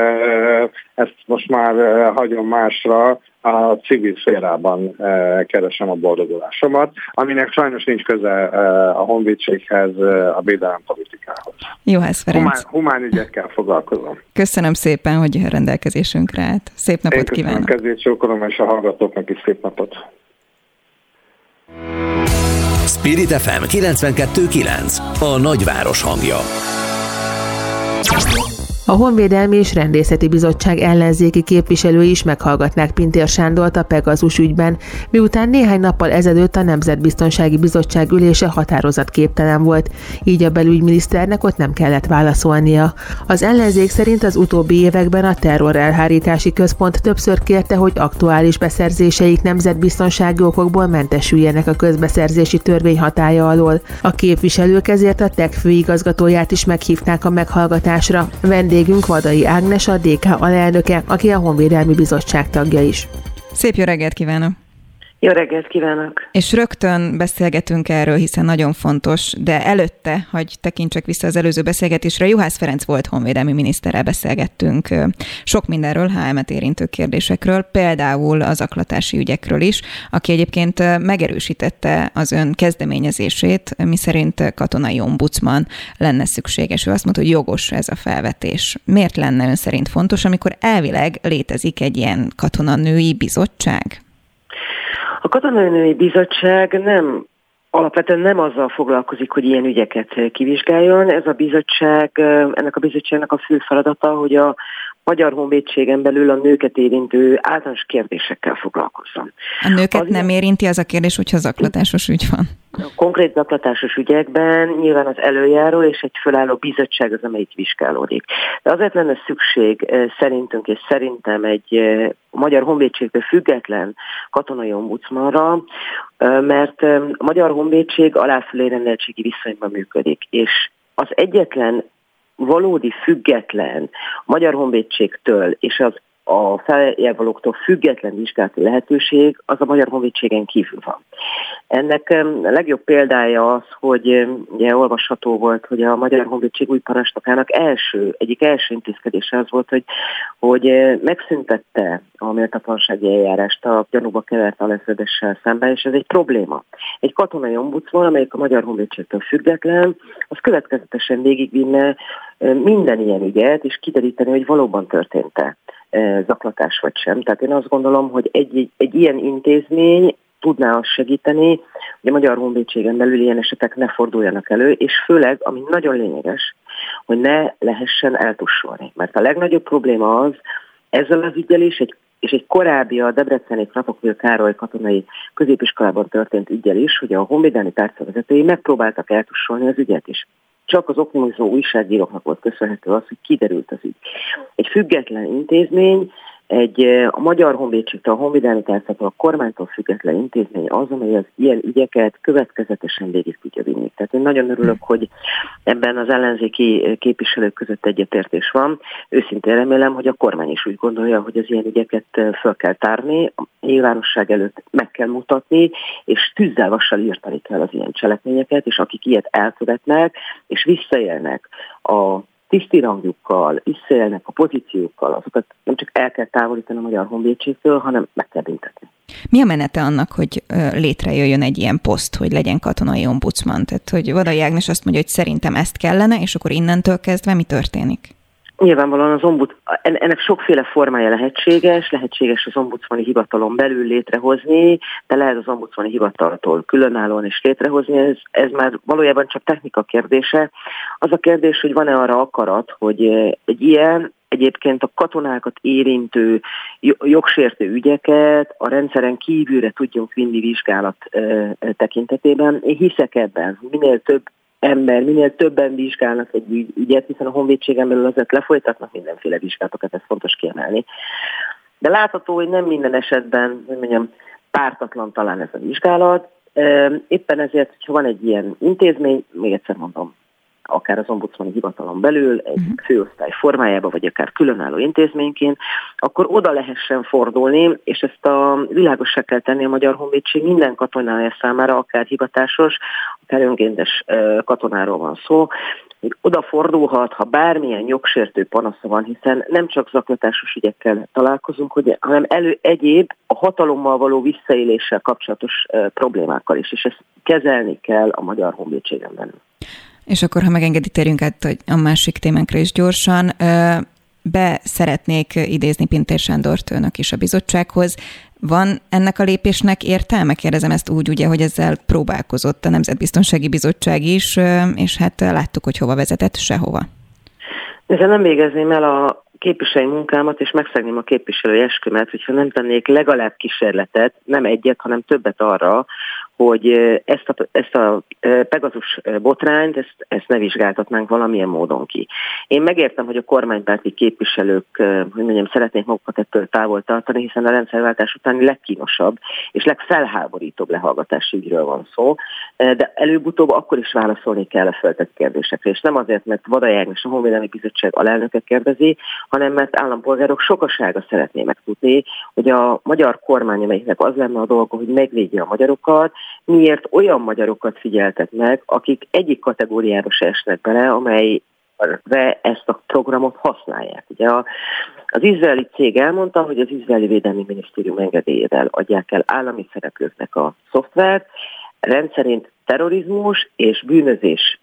[SPEAKER 7] ezt most már hagyom másra, a civil szférában keresem a boldogulásomat, aminek sajnos nincs köze a honvédséghez, a védelempolitikához.
[SPEAKER 2] Juhász Ferenc.
[SPEAKER 7] Humán ügyekkel foglalkozom.
[SPEAKER 2] Köszönöm szépen, hogy rendelkezésünkre állt. Szép napot kívánok.
[SPEAKER 7] Köszönöm kezét, csókolom, és a hallgatóknak is szép napot.
[SPEAKER 1] Spirit FM 92.9, a nagyváros hangja.
[SPEAKER 3] A Honvédelmi és Rendészeti Bizottság ellenzéki képviselői is meghallgatnák Pintér Sándort a Pegazus ügyben, miután néhány nappal ezelőtt a Nemzetbiztonsági Bizottság ülése határozatképtelen volt, így a belügyminiszternek ott nem kellett válaszolnia. Az ellenzék szerint az utóbbi években a Terrorelhárítási Központ többször kérte, hogy aktuális beszerzéseik nemzetbiztonsági okokból mentesüljenek a közbeszerzési törvény hatálya alól. A képviselők ezért a TEK főigazgatóját is meghívták a meghallgatásra. Vendégünk Vadai Ágnes, a DK alelnöke, aki a Honvédelmi Bizottság tagja is.
[SPEAKER 2] Szép jó reggelt kívánok!
[SPEAKER 6] Jó reggelt kívánok!
[SPEAKER 2] És rögtön beszélgetünk erről, hiszen nagyon fontos, de előtte, hogy tekintsek vissza az előző beszélgetésre, Juhász Ferenc volt honvédelmi miniszterrel beszélgettünk sok mindenről, HM-et érintő kérdésekről, például az zaklatási ügyekről is, aki egyébként megerősítette az ön kezdeményezését, miszerint katonai ombudsman lenne szükséges. Ő azt mondta, hogy jogos ez a felvetés. Miért lenne ön szerint fontos, amikor elvileg létezik egy ilyen katonanői bizottság?
[SPEAKER 6] A Katonai Bizottság alapvetően nem azzal foglalkozik, hogy ilyen ügyeket kivizsgáljon. Ennek a bizottságnak a fő feladata, hogy a Magyar Honvédségen belül a nőket érintő általános kérdésekkel foglalkozzon.
[SPEAKER 2] A nőket nem érinti az a kérdés, hogyha zaklatásos ügy van?
[SPEAKER 6] A konkrét zaklatásos ügyekben nyilván az előjáró és egy fölálló bizottság az, amelyik vizsgálódik. De azért lenne szükség szerintünk és szerintem egy Magyar Honvédségtől független katonai ombudsmanra, mert a Magyar Honvédség aláfölé rendeltségi viszonyban működik, és az egyetlen valódi független Magyar Honvédségtől és a feljelvalóktól független vizsgálati lehetőség az a Magyar Honvédségen kívül van. Ennek a legjobb példája az, hogy ugye olvasható volt, hogy a Magyar Honvédség új parancsnokának egyik első intézkedése az volt, hogy megszüntette a méltatlansági eljárást a gyanúba kevert alezredessel szemben, és ez egy probléma. Egy katonai ombudsman, amelyik a Magyar Honvédségtől független, az következetesen végigvinne minden ilyen ügyet, és kideríteni, hogy valóban történt-e zaklatás vagy sem. Tehát én azt gondolom, hogy egy ilyen intézmény tudná azt segíteni, hogy a Magyar Honvédségen belül ilyen esetek ne forduljanak elő, és főleg, ami nagyon lényeges, hogy ne lehessen eltussolni. Mert a legnagyobb probléma az, ezzel az üggyel is, és egy korábbi a debreceni Kratokvil Károly katonai középiskolában történt üggyel is, hogy a honvédelmi tárcavezetői megpróbáltak eltussolni az ügyet is. Csak az oknyomozó újságíróknak volt köszönhető az, hogy kiderült az ügy. Egy független intézmény, a Magyar Honvédségtől, a Honvédelmi Tárcától, a kormánytól független intézmény az, amely az ilyen ügyeket következetesen végig tudja vinni. Tehát én nagyon örülök, hogy ebben az ellenzéki képviselők között egyetértés van. Őszintén remélem, hogy a kormány is úgy gondolja, hogy az ilyen ügyeket föl kell tárni, a nyilvánosság előtt meg kell mutatni, és tűzzel vassal írtani kell az ilyen cselekményeket, és akik ilyet elkövetnek, és visszaélnek a tisztirangjukkal, visszaélnek a pozíciókkal, azokat nem csak el kell távolítani a Magyar Honvédségtől, hanem meg kell büntetni.
[SPEAKER 2] Mi a menete annak, hogy létrejöjjön egy ilyen poszt, hogy legyen katonai ombudsman? Tehát, hogy Vadai Ágnes azt mondja, hogy szerintem ezt kellene, és akkor innentől kezdve mi történik?
[SPEAKER 6] Nyilvánvalóan ennek sokféle formája lehetséges az ombudsmani hivatalon belül létrehozni, de lehet az ombudsmani hivataltól különállóan is létrehozni, ez már valójában csak technika kérdése. Az a kérdés, hogy van-e arra akarat, hogy egy ilyen, egyébként a katonákat érintő jogsértő ügyeket a rendszeren kívülre tudjunk vinni vizsgálat tekintetében. Én hiszek ebben, minél többen vizsgálnak egy ügyet, hiszen a honvédségen belül azért lefolytatnak mindenféle vizsgálatokat, ez fontos kiemelni. De látható, hogy nem minden esetben, pártatlan talán ez a vizsgálat. Éppen ezért, hogyha van egy ilyen intézmény, még egyszer mondom, akár az ombudsmani hivatalon belül, egy főosztály formájában, vagy akár különálló intézményként, akkor oda lehessen fordulni, és ezt világossá kell tenni a Magyar Honvédség minden katonája számára, akár hivatásos, akár önkéntes katonáról van szó, hogy oda fordulhat, ha bármilyen jogsértő panasza van, hiszen nem csak zaklatásos ügyekkel találkozunk, hanem egyéb a hatalommal való visszaéléssel kapcsolatos problémákkal is, és ezt kezelni kell a Magyar Honvédségen belül.
[SPEAKER 2] És akkor, ha megengedi, térjünk át a másik témánkra is gyorsan. Be szeretnék idézni Pintér Sándort önök is a bizottsághoz. Van ennek a lépésnek értelme? Kérdezem ezt úgy, ugye, hogy ezzel próbálkozott a Nemzetbiztonsági Bizottság is, és hát láttuk, hogy hova vezetett, sehova.
[SPEAKER 6] Ezzel nem végezném el a képviselői munkámat, és megszegném a képviselői eskümet, hogyha nem tennék legalább kísérletet, nem egyet, hanem többet arra, hogy ezt a Pegasus botrányt, ezt ne vizsgáltatnánk valamilyen módon ki. Én megértem, hogy a kormánypárti képviselők, szeretnék magukat ettől távol tartani, hiszen a rendszerváltás utáni legkínosabb és legfelháborítóbb lehallgatási ügyről van szó, de előbb-utóbb akkor is válaszolni kell a feltett kérdésekre, és nem azért, mert Vadai Ágnes a Honvédelmi Bizottság alelnöke kérdezi, hanem mert állampolgárok sokasága szeretné megtudni, hogy a magyar kormány, amelyiknek az lenne a dolga, hogy megvédje a magyarokat, miért olyan magyarokat figyeltek meg, akik egyik kategóriába se esnek bele, amelyre ezt a programot használják. Ugye az izraeli cég elmondta, hogy az izraeli védelmi minisztérium engedélyével adják el állami szereplőknek a szoftvert, rendszerint terrorizmus és bűnözés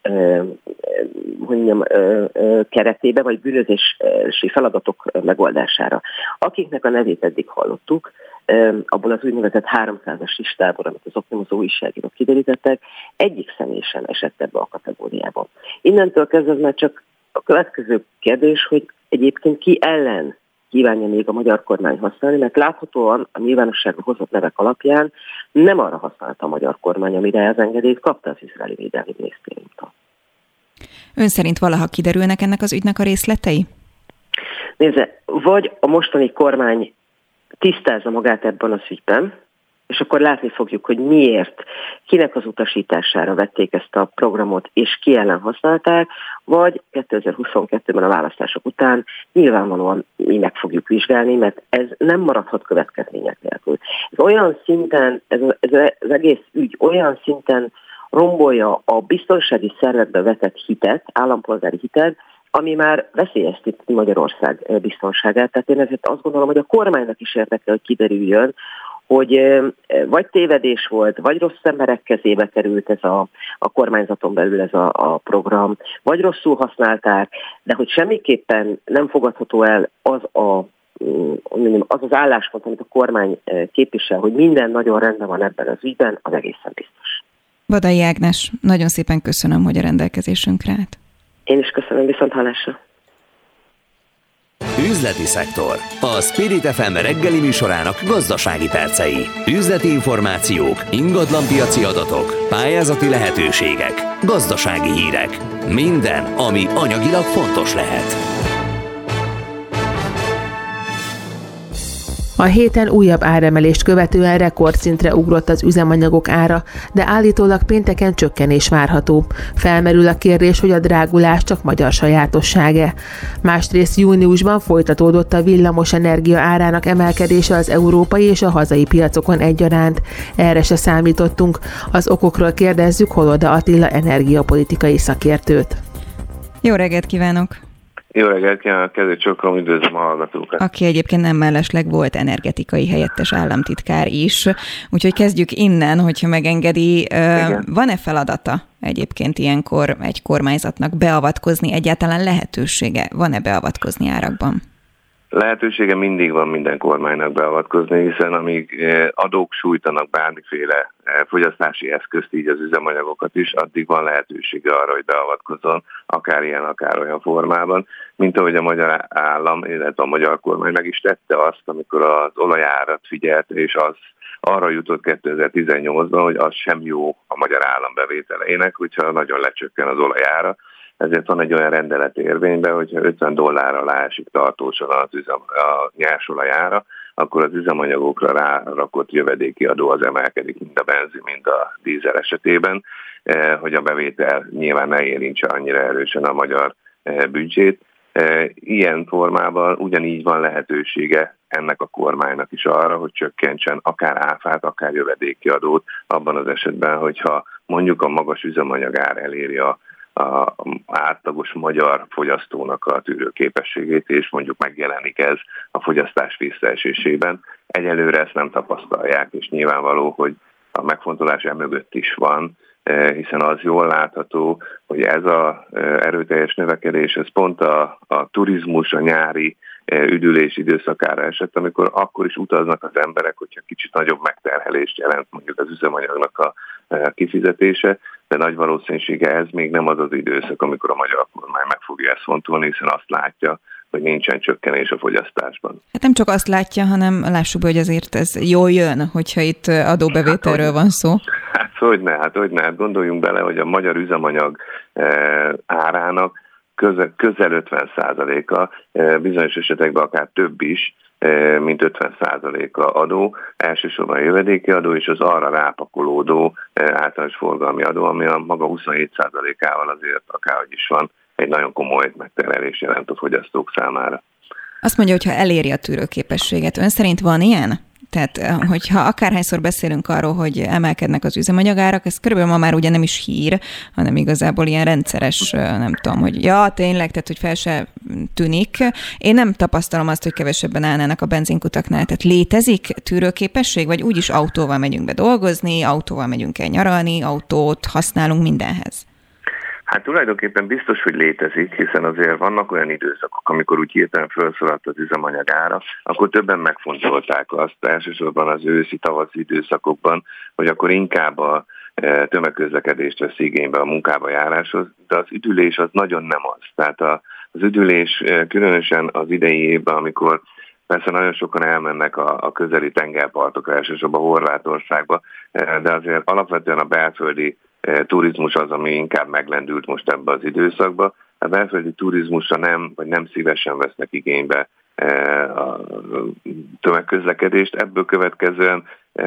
[SPEAKER 6] keretébe, vagy bűnözési feladatok megoldására. Akiknek a nevét eddig hallottuk, abból az úgynevezett 300-as listából, amit az oknyomozó újságírók kiderítettek, egyik személy sem esett ebbe a kategóriába. Innentől kezdve már csak a következő kérdés, hogy egyébként ki ellen kívánja még a magyar kormány használni, mert láthatóan a nyilvánosságra hozott nevek alapján nem arra használta a magyar kormány, amire az engedélyt kapta az izraeli védelmi minisztériumtól.
[SPEAKER 2] Ön szerint valaha kiderülnek ennek az ügynek a részletei?
[SPEAKER 6] Nézze, vagy a mostani kormány tisztázza magát ebben az ügyben, és akkor látni fogjuk, hogy miért, kinek az utasítására vették ezt a programot, és ki ellen használták, vagy 2022-ben a választások után nyilvánvalóan mi meg fogjuk vizsgálni, mert ez nem maradhat következmények nélkül. Ez olyan szinten, ez az egész ügy olyan szinten rombolja a biztonsági szervekbe vetett hitet, állampolgári hitet, ami már veszélyezteti Magyarország biztonságát. Tehát én ezért azt gondolom, hogy a kormánynak is érdekel, hogy kiderüljön, hogy vagy tévedés volt, vagy rossz emberek kezébe került ez a kormányzaton belül ez a program, vagy rosszul használták, de hogy semmiképpen nem fogadható el az az álláspont, amit a kormány képvisel, hogy minden nagyon rendben van ebben az ügyben, az egészen biztos.
[SPEAKER 2] Vadai Ágnes, nagyon szépen köszönöm, hogy a rendelkezésünkre állt.
[SPEAKER 6] Én is köszönöm, viszonthallásra.
[SPEAKER 1] Üzleti szektor. A Spirit FM reggeli műsorának gazdasági percei. Üzleti információk, ingatlanpiaci adatok, pályázati lehetőségek, gazdasági hírek. Minden, ami anyagilag fontos lehet.
[SPEAKER 3] A héten újabb áremelést követően rekordszintre ugrott az üzemanyagok ára, de állítólag pénteken csökkenés várható. Felmerül a kérdés, hogy a drágulás csak magyar sajátosság-e. Másrészt júniusban folytatódott a villamos energia árának emelkedése az európai és a hazai piacokon egyaránt. Erre se számítottunk. Az okokról kérdezzük Holoda Attila energiapolitikai szakértőt.
[SPEAKER 2] Jó reggelt kívánok!
[SPEAKER 8] Jó reggelt kívánok, kezét csókolom, üdvözlöm a hallgatókat.
[SPEAKER 2] Aki egyébként nem mellesleg volt energetikai helyettes államtitkár is, úgyhogy kezdjük innen, hogyha megengedi. Van-e feladata egyébként ilyenkor egy kormányzatnak beavatkozni, egyáltalán lehetősége? Van-e beavatkozni árakban?
[SPEAKER 8] Lehetősége mindig van minden kormánynak beavatkozni, hiszen amíg adók sújtanak bármiféle fogyasztási eszközt, így az üzemanyagokat is, addig van lehetősége arra, hogy beavatkozzon, akár ilyen, akár olyan formában, mint ahogy a magyar állam, illetve a magyar kormány meg is tette azt, amikor az olajárat figyelte, és az arra jutott 2018-ban, hogy az sem jó a magyar állam bevételeinek, hogyha nagyon lecsökken az olajára. Ezért van egy olyan rendelet érvényben, hogyha $50 alá esik tartósan a nyersolaj, akkor az üzemanyagokra rárakott jövedéki adó az emelkedik, mind a benzin, mind a dízel esetében, hogy a bevétel nyilván ne érintse annyira erősen a magyar büdzsét. Ilyen formában ugyanígy van lehetősége ennek a kormánynak is arra, hogy csökkentsen akár áfát, akár jövedéki adót, abban az esetben, hogyha mondjuk a magas üzemanyagár eléri a átlagos magyar fogyasztónak a tűrőképességét, és mondjuk megjelenik ez a fogyasztás visszaesésében. Egyelőre ezt nem tapasztalják, és nyilvánvaló, hogy a megfontolás emögött is van, hiszen az jól látható, hogy ez az erőteljes növekedés, ez pont a turizmus, a nyári üdülés időszakára esett, amikor akkor is utaznak az emberek, hogyha kicsit nagyobb megterhelést jelent mondjuk az üzemanyagnak a kifizetése, de nagy valószínűsége ez még nem az az időszak, amikor a magyar kormány meg fogja ezt fontolni, hiszen azt látja, hogy nincsen csökkenés a fogyasztásban.
[SPEAKER 2] Hát nem csak azt látja, hanem lássuk be, hogy azért ez jól jön, hogyha itt adóbevételről van szó.
[SPEAKER 8] Hát hogyne. Gondoljunk bele, hogy a magyar üzemanyag árának közel 50%-a, bizonyos esetekben akár több is, mint 50%-a adó, elsősorban a jövedéki adó és az arra rápakolódó általános forgalmi adó, ami a maga 27%-ával azért akárhogy is van, egy nagyon komoly megterhelés jelent a fogyasztók számára.
[SPEAKER 2] Azt mondja, hogy ha eléri a tűrőképességet, ön szerint van ilyen? Tehát, hogyha akárhányszor beszélünk arról, hogy emelkednek az üzemanyagárak, ez körülbelül ma már ugye nem is hír, hanem igazából ilyen rendszeres, nem tudom, hogy ja, tényleg, tehát, hogy fel se tűnik. Én nem tapasztalom azt, hogy kevesebben állnának a benzinkutaknál. Tehát létezik tűrőképesség, vagy úgyis autóval megyünk be dolgozni, autóval megyünk el nyaralni, autót használunk mindenhez?
[SPEAKER 8] Hát tulajdonképpen biztos, hogy létezik, hiszen azért vannak olyan időszakok, amikor úgy hirtelen felszaladt az üzemanyag ára, akkor többen megfontolták azt, elsősorban az őszi-tavaszi időszakokban, hogy akkor inkább a tömegközlekedést vesz igénybe a munkába járáshoz, de az üdülés az nagyon nem az. Tehát az üdülés különösen az idei évben, amikor Persze nagyon sokan elmennek a közeli tengerpartokra, elsősorban Horvátországba, de azért alapvetően a belföldi turizmus az, ami inkább meglendült most ebbe az időszakba. A belföldi turizmusra nem szívesen vesznek igénybe a tömegközlekedést. Ebből következően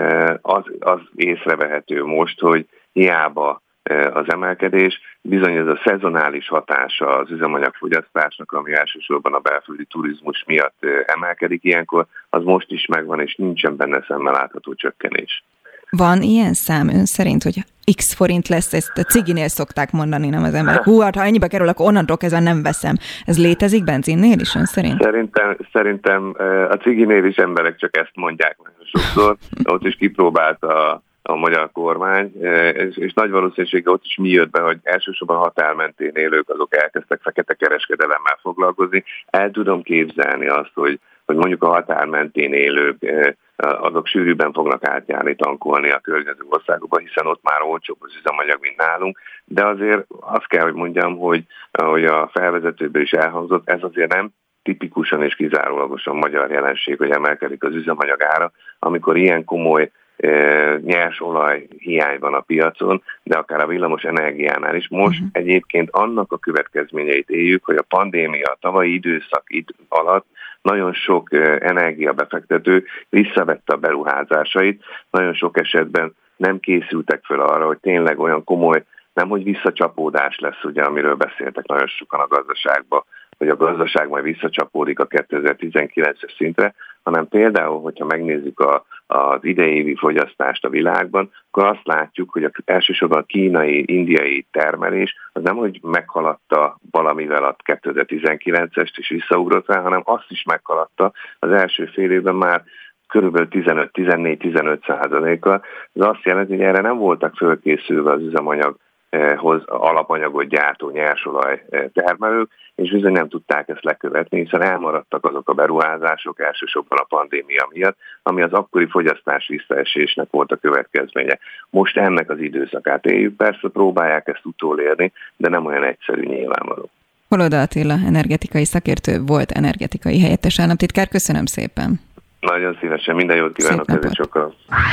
[SPEAKER 8] az észrevehető most, hogy hiába az emelkedés, bizony ez a szezonális hatása az üzemanyagfogyasztásnak, ami elsősorban a belföldi turizmus miatt emelkedik ilyenkor, az most is megvan, és nincsen benne szemmel látható csökkenés.
[SPEAKER 2] Van ilyen szám ön szerint, hogy X forint lesz, ezt a ciginél szokták mondani, nem az emberek. Hát ha ennyibe kerül, akkor onnantól kezdve nem veszem. Ez létezik benzinnél is ön szerint?
[SPEAKER 8] Szerintem a ciginél is emberek csak ezt mondják nagyon sokszor. Ott is kipróbálta a magyar kormány, és nagy valószínűséggel ott is mi jött be, hogy elsősorban határ mentén élők, azok elkezdtek fekete kereskedelemmel foglalkozni. El tudom képzelni azt, hogy mondjuk a határ mentén élők, azok sűrűbben fognak átjárni, tankolni a környező országokba, hiszen ott már olcsóbb az üzemanyag, mint nálunk. De azért azt kell, hogy mondjam, hogy a felvezetőből is elhangzott, ez azért nem tipikusan és kizárólagosan magyar jelenség, hogy emelkedik az üzemanyag ára, amikor ilyen komoly nyers olaj hiány van a piacon, de akár a villamos energiánál is. Most egyébként annak a következményeit éljük, hogy a pandémia, a tavalyi időszak alatt nagyon sok energiabefektető visszavette a beruházásait, nagyon sok esetben nem készültek fel arra, hogy tényleg olyan komoly, nemhogy visszacsapódás lesz, ugye, amiről beszéltek nagyon sokan a gazdaságban, hogy a gazdaság majd visszacsapódik a 2019-es szintre, hanem például, hogyha megnézzük az idei fogyasztást a világban, akkor azt látjuk, hogy elsősorban a kínai, indiai termelés az nem, hogy meghaladta valamivel a 2019-est és visszaugrott rá, hanem azt is meghaladta az első fél évben már körülbelül 14-15%-kal. Ez azt jelenti, hogy erre nem voltak fölkészülve az üzemanyaghoz alapanyagot gyártó nyersolaj termelők, és bizony nem tudták ezt lekövetni, hiszen elmaradtak azok a beruházások elsősorban a pandémia miatt, ami az akkori fogyasztás visszaesésnek volt a következménye. Most ennek az időszakát éljük, persze próbálják ezt utolérni, de nem olyan egyszerű nyilvánvaló.
[SPEAKER 2] Holoda Attila, energetikai szakértő, volt energetikai helyettes államtitkár. Köszönöm szépen!
[SPEAKER 8] Nagyon szívesen, minden jót kívánok, ezért sokkal.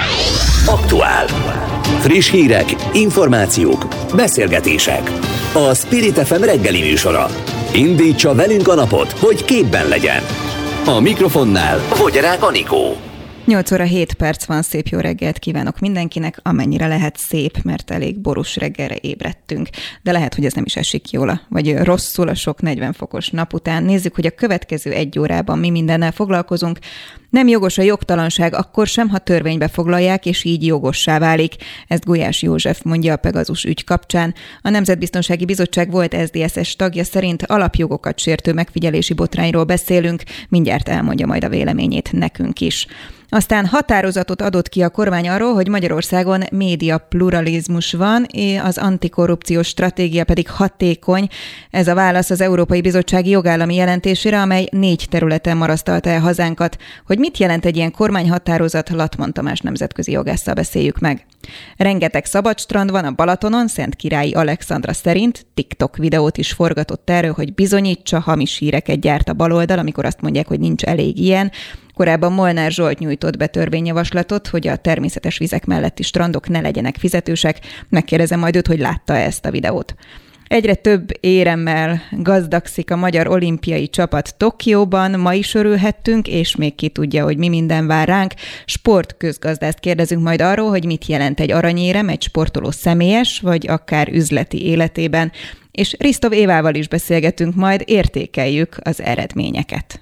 [SPEAKER 1] Aktuál. Friss hírek, információk, beszélgetések. A Spirit FM reggeli műsora. Indítsa velünk a napot, hogy képben legyen. A mikrofonnál Vogyarák Anikó.
[SPEAKER 2] 8 óra 7 perc van, szép jó reggelt kívánok mindenkinek, amennyire lehet szép, mert elég borús reggelre ébredtünk. De lehet, hogy ez nem is esik jól, vagy rosszul a sok 40 fokos nap után. Nézzük, hogy a következő egy órában mi mindennel foglalkozunk. Nem jogos a jogtalanság akkor sem, ha törvénybe foglalják, és így jogossá válik. Ezt Gulyás József mondja a Pegazus ügy kapcsán. A Nemzetbiztonsági Bizottság volt SZDSZ-es tagja szerint alapjogokat sértő megfigyelési botrányról beszélünk, mindjárt elmondja majd a véleményét nekünk is. Aztán határozatot adott ki a kormány arról, hogy Magyarországon média pluralizmus van, az antikorrupciós stratégia pedig hatékony. Ez a válasz az Európai Bizottsági jogállami jelentésére, amely 4 területen marasztalta el hazánkat. Hogy mit jelent egy ilyen kormányhatározat, Latman Tamás nemzetközi jogásszal beszéljük meg. Rengeteg szabad strand van a Balatonon, Szentkirályi Alexandra szerint TikTok videót is forgatott erről, hogy bizonyítsa, hamis híreket gyárt a baloldal, amikor azt mondják, hogy nincs elég ilyen. Korábban Molnár Zsolt nyújtott be törvényjavaslatot, hogy a természetes vizek melletti strandok ne legyenek fizetősek. Megkérdezem majd őt, hogy látta ezt a videót. Egyre több éremmel gazdagszik a magyar olimpiai csapat Tokióban, ma is örülhettünk, és még ki tudja, hogy mi minden vár ránk. Sportközgazdászt kérdezünk majd arról, hogy mit jelent egy aranyérem egy sportoló személyes, vagy akár üzleti életében. És Risztov Évával is beszélgetünk majd, értékeljük az eredményeket.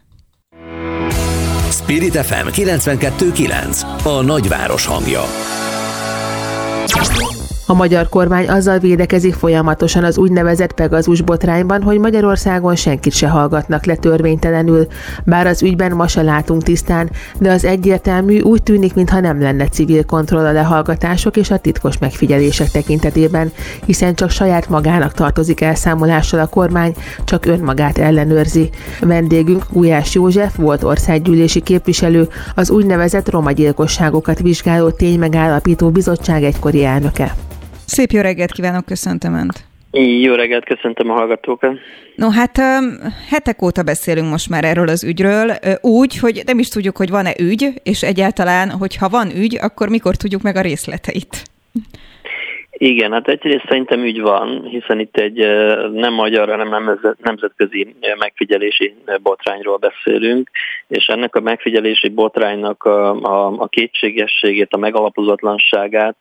[SPEAKER 1] Spirit FM 92.9. A nagyváros hangja.
[SPEAKER 3] A magyar kormány azzal védekezik folyamatosan az úgynevezett Pegazus botrányban, hogy Magyarországon senkit se hallgatnak le törvénytelenül, bár az ügyben ma se látunk tisztán, de az egyértelmű, úgy tűnik, mintha nem lenne civil kontroll a lehallgatások és a titkos megfigyelések tekintetében, hiszen csak saját magának tartozik elszámolással a kormány, csak önmagát ellenőrzi. Vendégünk Gulyás József volt országgyűlési képviselő, az úgynevezett roma gyilkosságokat vizsgáló ténymegállapító bizottság egykori elnöke.
[SPEAKER 2] Szép jó reggelt kívánok, köszöntöm Önt!
[SPEAKER 9] Jó reggelt, köszöntöm a hallgatókat.
[SPEAKER 2] No hát hetek óta beszélünk most már erről az ügyről, úgy, hogy nem is tudjuk, hogy van-e ügy, és egyáltalán, hogyha van ügy, akkor mikor tudjuk meg a részleteit.
[SPEAKER 9] Igen, hát egyrészt szerintem ügy van, hiszen itt egy nem magyar, hanem nemzetközi megfigyelési botrányról beszélünk, és ennek a megfigyelési botránynak a kétségességét, a megalapozatlanságát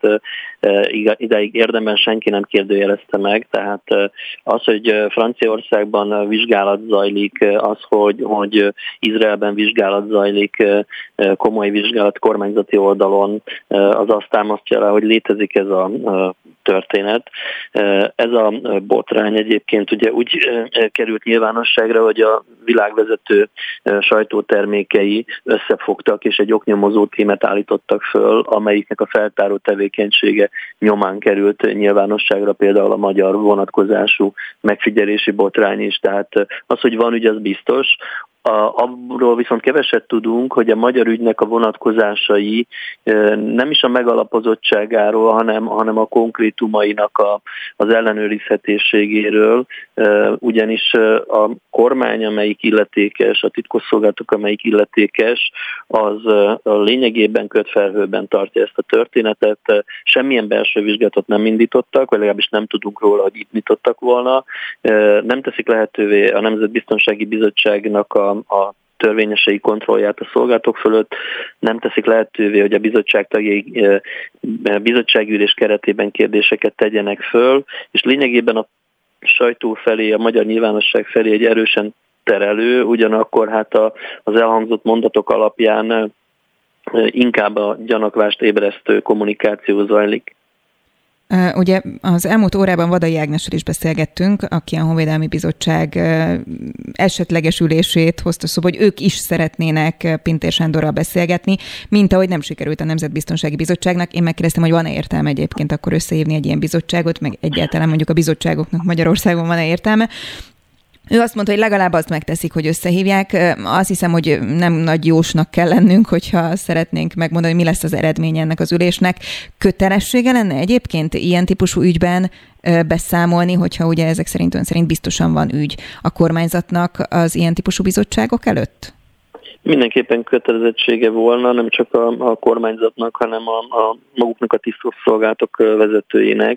[SPEAKER 9] idáig érdemben senki nem kérdőjelezte meg, tehát az, hogy Franciaországban vizsgálat zajlik, az, hogy Izraelben vizsgálat zajlik, komoly vizsgálat kormányzati oldalon, az azt támasztja le, hogy létezik ez a történet. Ez a botrány egyébként ugye úgy került nyilvánosságra, hogy a világvezető sajtótermékei összefogtak, és egy oknyomozó tímet állítottak föl, amelyiknek a feltáró tevékenysége nyomán került nyilvánosságra, például a magyar vonatkozású megfigyelési botrány is. Tehát az, hogy van ügy, az biztos. Abról viszont keveset tudunk, hogy a magyar ügynek a vonatkozásai nem is a megalapozottságáról, hanem a konkrétumainak az ellenőrizhetőségéről, ugyanis a kormány, amelyik illetékes, a titkosszolgálatok, amelyik illetékes, az lényegében kötfelhőben tartja ezt a történetet. Semmilyen belső vizsgálatot nem indítottak, vagy legalábbis nem tudunk róla, hogy itt nyitottak volna. Nem teszik lehetővé a Nemzetbiztonsági Bizottságnak a törvényesei kontrollját a szolgálatok fölött, nem teszik lehetővé, hogy a bizottság tagjai bizottságülés keretében kérdéseket tegyenek föl, és lényegében a sajtó felé, a magyar nyilvánosság felé egy erősen terelő, ugyanakkor hát az elhangzott mondatok alapján inkább a gyanakvást ébresztő kommunikáció zajlik.
[SPEAKER 2] Ugye az elmúlt órában Vadai Ágnessel is beszélgettünk, aki a Honvédelmi Bizottság esetleges ülését hozta szóba, hogy ők is szeretnének Pintér Sándorral beszélgetni, mint ahogy nem sikerült a Nemzetbiztonsági Bizottságnak. Én megkérdeztem, hogy van-e értelme egyébként akkor összehívni egy ilyen bizottságot, meg egyáltalán mondjuk a bizottságoknak Magyarországon van-e értelme. Ő azt mondta, hogy legalább azt megteszik, hogy összehívják. Azt hiszem, hogy nem nagy jósnak kell lennünk, hogyha szeretnénk megmondani, mi lesz az eredmény ennek az ülésnek. Kötelessége lenne egyébként ilyen típusú ügyben beszámolni, hogyha ugye ezek szerint ön szerint biztosan van ügy a kormányzatnak az ilyen típusú bizottságok előtt?
[SPEAKER 9] Mindenképpen kötelezettsége volna, nem csak a kormányzatnak, hanem a maguknak a tisztszolgálatok vezetőinek.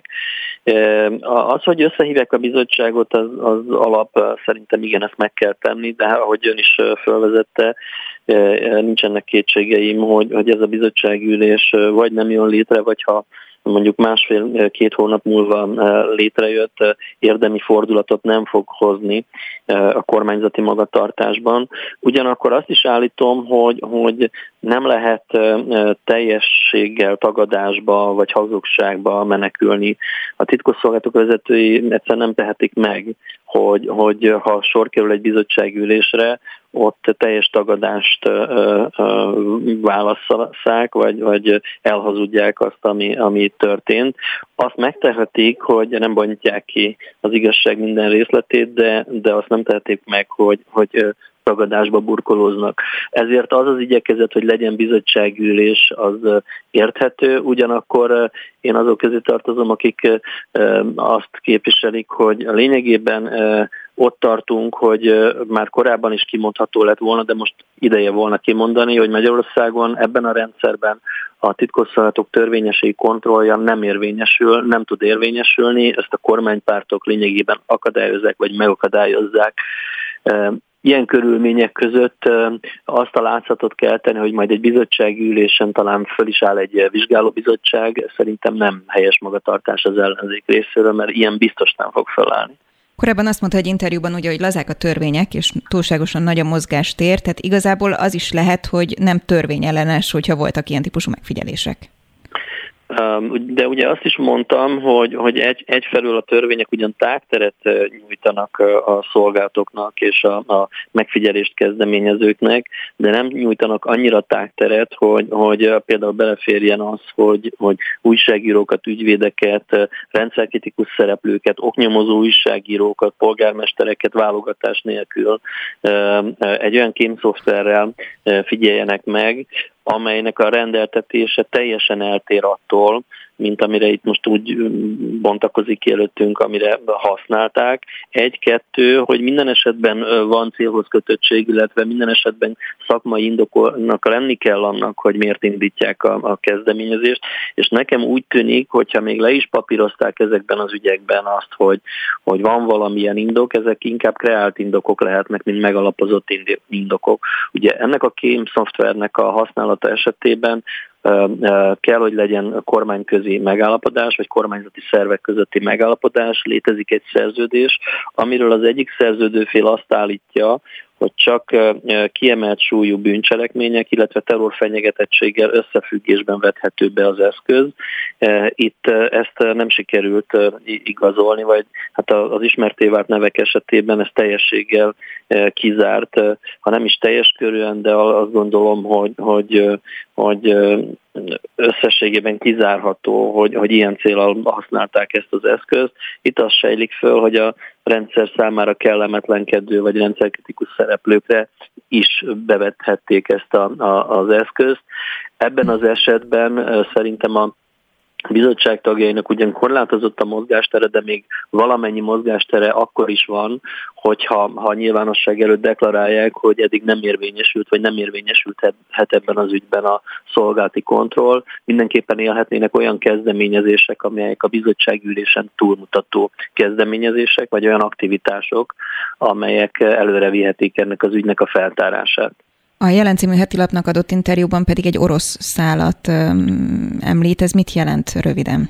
[SPEAKER 9] Az, hogy összehívják a bizottságot, az alap, szerintem igen, ezt meg kell tenni, de ahogy ön is felvezette, nincsenek kétségeim, hogy ez a bizottságülés vagy nem jön létre, vagy ha mondjuk 1,5-2 hónap múlva létrejött, érdemi fordulatot nem fog hozni a kormányzati magatartásban. Ugyanakkor azt is állítom, hogy nem lehet teljességgel tagadásba vagy hazugságba menekülni. A titkosszolgálatok vezetői egyszerűen nem tehetik meg, hogy ha sor kerül egy bizottságülésre, ott teljes tagadást válasszák, vagy elhazudják azt, ami történt. Azt megtehetik, hogy nem bontják ki az igazság minden részletét, de azt nem tehetik meg, hogy tagadásba burkolóznak. Ezért az igyekezet, hogy legyen bizottságülés, az érthető, ugyanakkor én azok közé tartozom, akik azt képviselik, hogy lényegében ott tartunk, hogy már korábban is kimondható lett volna, de most ideje volna kimondani, hogy Magyarországon ebben a rendszerben a titkosszolgálatok törvényesei kontrollja nem érvényesül, nem tud érvényesülni, ezt a kormánypártok lényegében akadályozzák, vagy megakadályozzák. Ilyen körülmények között azt a látszatot kell tenni, hogy majd egy bizottsági ülésen talán föl is áll egy vizsgálóbizottság, szerintem nem helyes magatartás az ellenzék részéről, mert ilyen biztos nem fog felállni.
[SPEAKER 2] Korábban azt mondta egy interjúban, ugye, hogy lazák a törvények, és túlságosan nagy a mozgástér, tehát igazából az is lehet, hogy nem törvényellenes, hogyha voltak ilyen típusú megfigyelések.
[SPEAKER 9] De ugye azt is mondtam, hogy egyfelől a törvények ugyan tágteret nyújtanak a szolgálatoknak és a megfigyelést kezdeményezőknek, de nem nyújtanak annyira tágteret, hogy például beleférjen az, hogy újságírókat, ügyvédeket, rendszerkritikus szereplőket, oknyomozó újságírókat, polgármestereket válogatás nélkül egy olyan kémszoftverrel figyeljenek meg, amelynek a rendeltetése teljesen eltér attól, mint amire itt most úgy bontakozik ki előttünk, amire használták. 1-2, hogy minden esetben van célhoz kötöttség, illetve minden esetben szakmai indoknak lenni kell annak, hogy miért indítják a kezdeményezést, és nekem úgy tűnik, hogyha még le is papírozták ezekben az ügyekben azt, hogy van valamilyen indok, ezek inkább kreált indokok lehetnek, mint megalapozott indokok. Ugye ennek a kém szoftvernek a használata esetében kell, hogy legyen kormányközi megállapodás, vagy kormányzati szervek közötti megállapodás, létezik egy szerződés, amiről az egyik szerződőfél azt állítja, hogy csak kiemelt súlyú bűncselekmények, illetve terrorfenyegetettséggel összefüggésben vethető be az eszköz. Itt ezt nem sikerült igazolni, vagy hát az ismertté vált nevek esetében ez teljességgel kizárt, ha nem is teljes körűen, de azt gondolom, hogy összességében kizárható, hogy ilyen céllal használták ezt az eszközt. Itt az sejlik föl, hogy a rendszer számára kellemetlenkedő vagy rendszerkritikus szereplőkre is bevethették ezt az eszközt. Ebben az esetben szerintem a bizottság tagjainak ugyan korlátozott a mozgástere, de még valamennyi mozgástere akkor is van, hogyha nyilvánosság előtt deklarálják, hogy eddig nem érvényesült, vagy nem érvényesülhet ebben az ügyben a szolgálati kontroll. Mindenképpen élhetnének olyan kezdeményezések, amelyek a bizottságülésen túlmutató kezdeményezések, vagy olyan aktivitások, amelyek előre vihetik ennek az ügynek a feltárását.
[SPEAKER 2] A Jelen című hetilapnak adott interjúban pedig egy orosz szálat említ. Ez mit jelent röviden?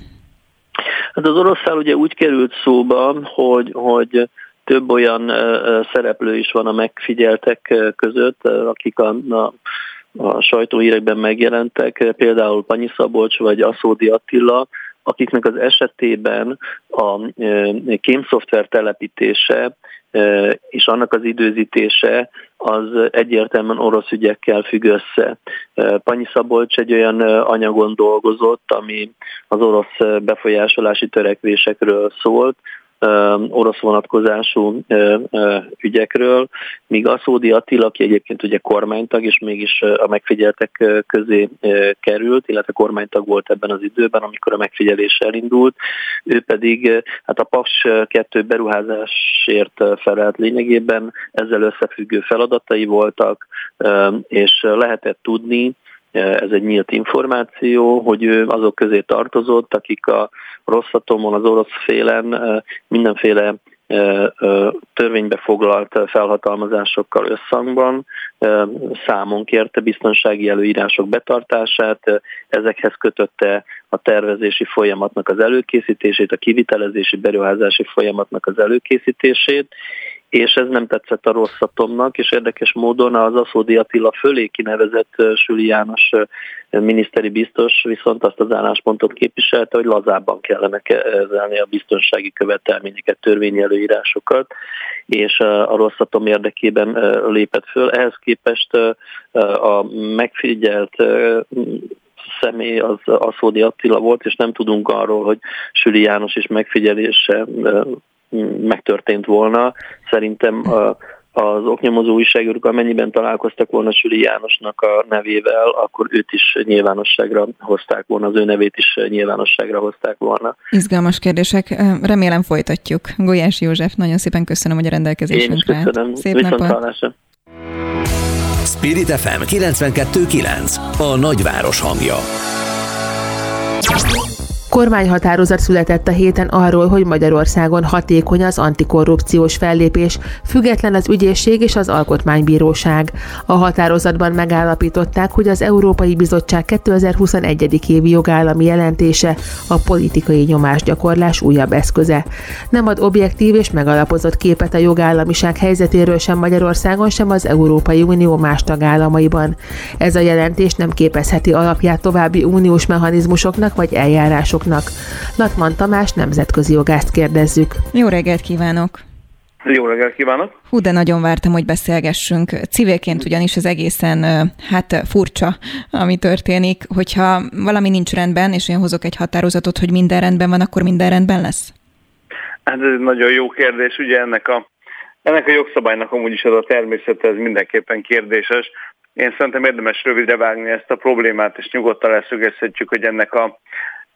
[SPEAKER 9] Hát az orosz szál ugye úgy került szóba, hogy több olyan szereplő is van a megfigyeltek között, akik a sajtóhírekben megjelentek, például Panyi Szabolcs vagy Aszódi Attila, akiknek az esetében a kémszoftver telepítése és annak az időzítése az egyértelműen orosz ügyekkel függ össze. Panyi Szabolcs egy olyan anyagon dolgozott, ami az orosz befolyásolási törekvésekről szólt, orosz vonatkozású ügyekről, míg Aszódi Attila, aki egyébként ugye kormánytag, és mégis a megfigyeltek közé került, illetve kormánytag volt ebben az időben, amikor a megfigyelés elindult, ő pedig hát a Paks 2 beruházásért felelt lényegében, ezzel összefüggő feladatai voltak, és lehetett tudni, ez egy nyílt információ, hogy ő azok közé tartozott, akik a Rosszatomon, az orosz félen mindenféle törvénybe foglalt felhatalmazásokkal összhangban számon kérte biztonsági előírások betartását, ezekhez kötötte a tervezési folyamatnak az előkészítését, a kivitelezési beruházási folyamatnak az előkészítését, és ez nem tetszett a Rosszatomnak, és érdekes módon az Aszódi Attila fölé kinevezett Süli János miniszteri biztos viszont azt az álláspontot képviselte, hogy lazábban kellene kezelni a biztonsági követelményeket, törvényi előírásokat, és a Rosszatom érdekében lépett föl. Ehhez képest a megfigyelt személy az Aszódi Attila volt, és nem tudunk arról, hogy Süli János is megfigyelése megtörtént volna. Szerintem az oknyomozó újságírók, amennyiben találkoztak volna Süli Jánosnak a nevével, akkor őt is nyilvánosságra hozták volna, az ő nevét is nyilvánosságra hozták volna.
[SPEAKER 2] Izgalmas kérdések. Remélem folytatjuk. Gulyás József, nagyon szépen köszönöm, hogy a rendelkezésünkre állt.
[SPEAKER 9] Én is köszönöm.
[SPEAKER 2] Szép
[SPEAKER 9] napot.
[SPEAKER 1] Spirit FM 92.9, a nagyváros hangja.
[SPEAKER 3] Kormányhatározat született a héten arról, hogy Magyarországon hatékony az antikorrupciós fellépés, független az ügyészség és az alkotmánybíróság. A határozatban megállapították, hogy az Európai Bizottság 2021. évi jogállami jelentése a politikai nyomásgyakorlás újabb eszköze. Nem ad objektív és megalapozott képet a jogállamiság helyzetéről sem Magyarországon, sem az Európai Unió más tagállamaiban. Ez a jelentés nem képezheti alapját további uniós mechanizmusoknak vagy eljárásoknak. Latman Tamás nemzetközi jogászt kérdezzük.
[SPEAKER 2] Jó reggelt kívánok!
[SPEAKER 10] Jó reggelt kívánok!
[SPEAKER 2] Hú, de nagyon vártam, hogy beszélgessünk. Civilként ugyanis ez egészen furcsa, ami történik. Hogyha valami nincs rendben, és én hozok egy határozatot, hogy minden rendben van, akkor minden rendben lesz?
[SPEAKER 10] Hát ez nagyon jó kérdés. Ugye ennek a jogszabálynak amúgy is az a természete, ez mindenképpen kérdéses. Én szerintem érdemes rövidre vágni ezt a problémát, és nyugodtan leszögezhetjük, hogy ennek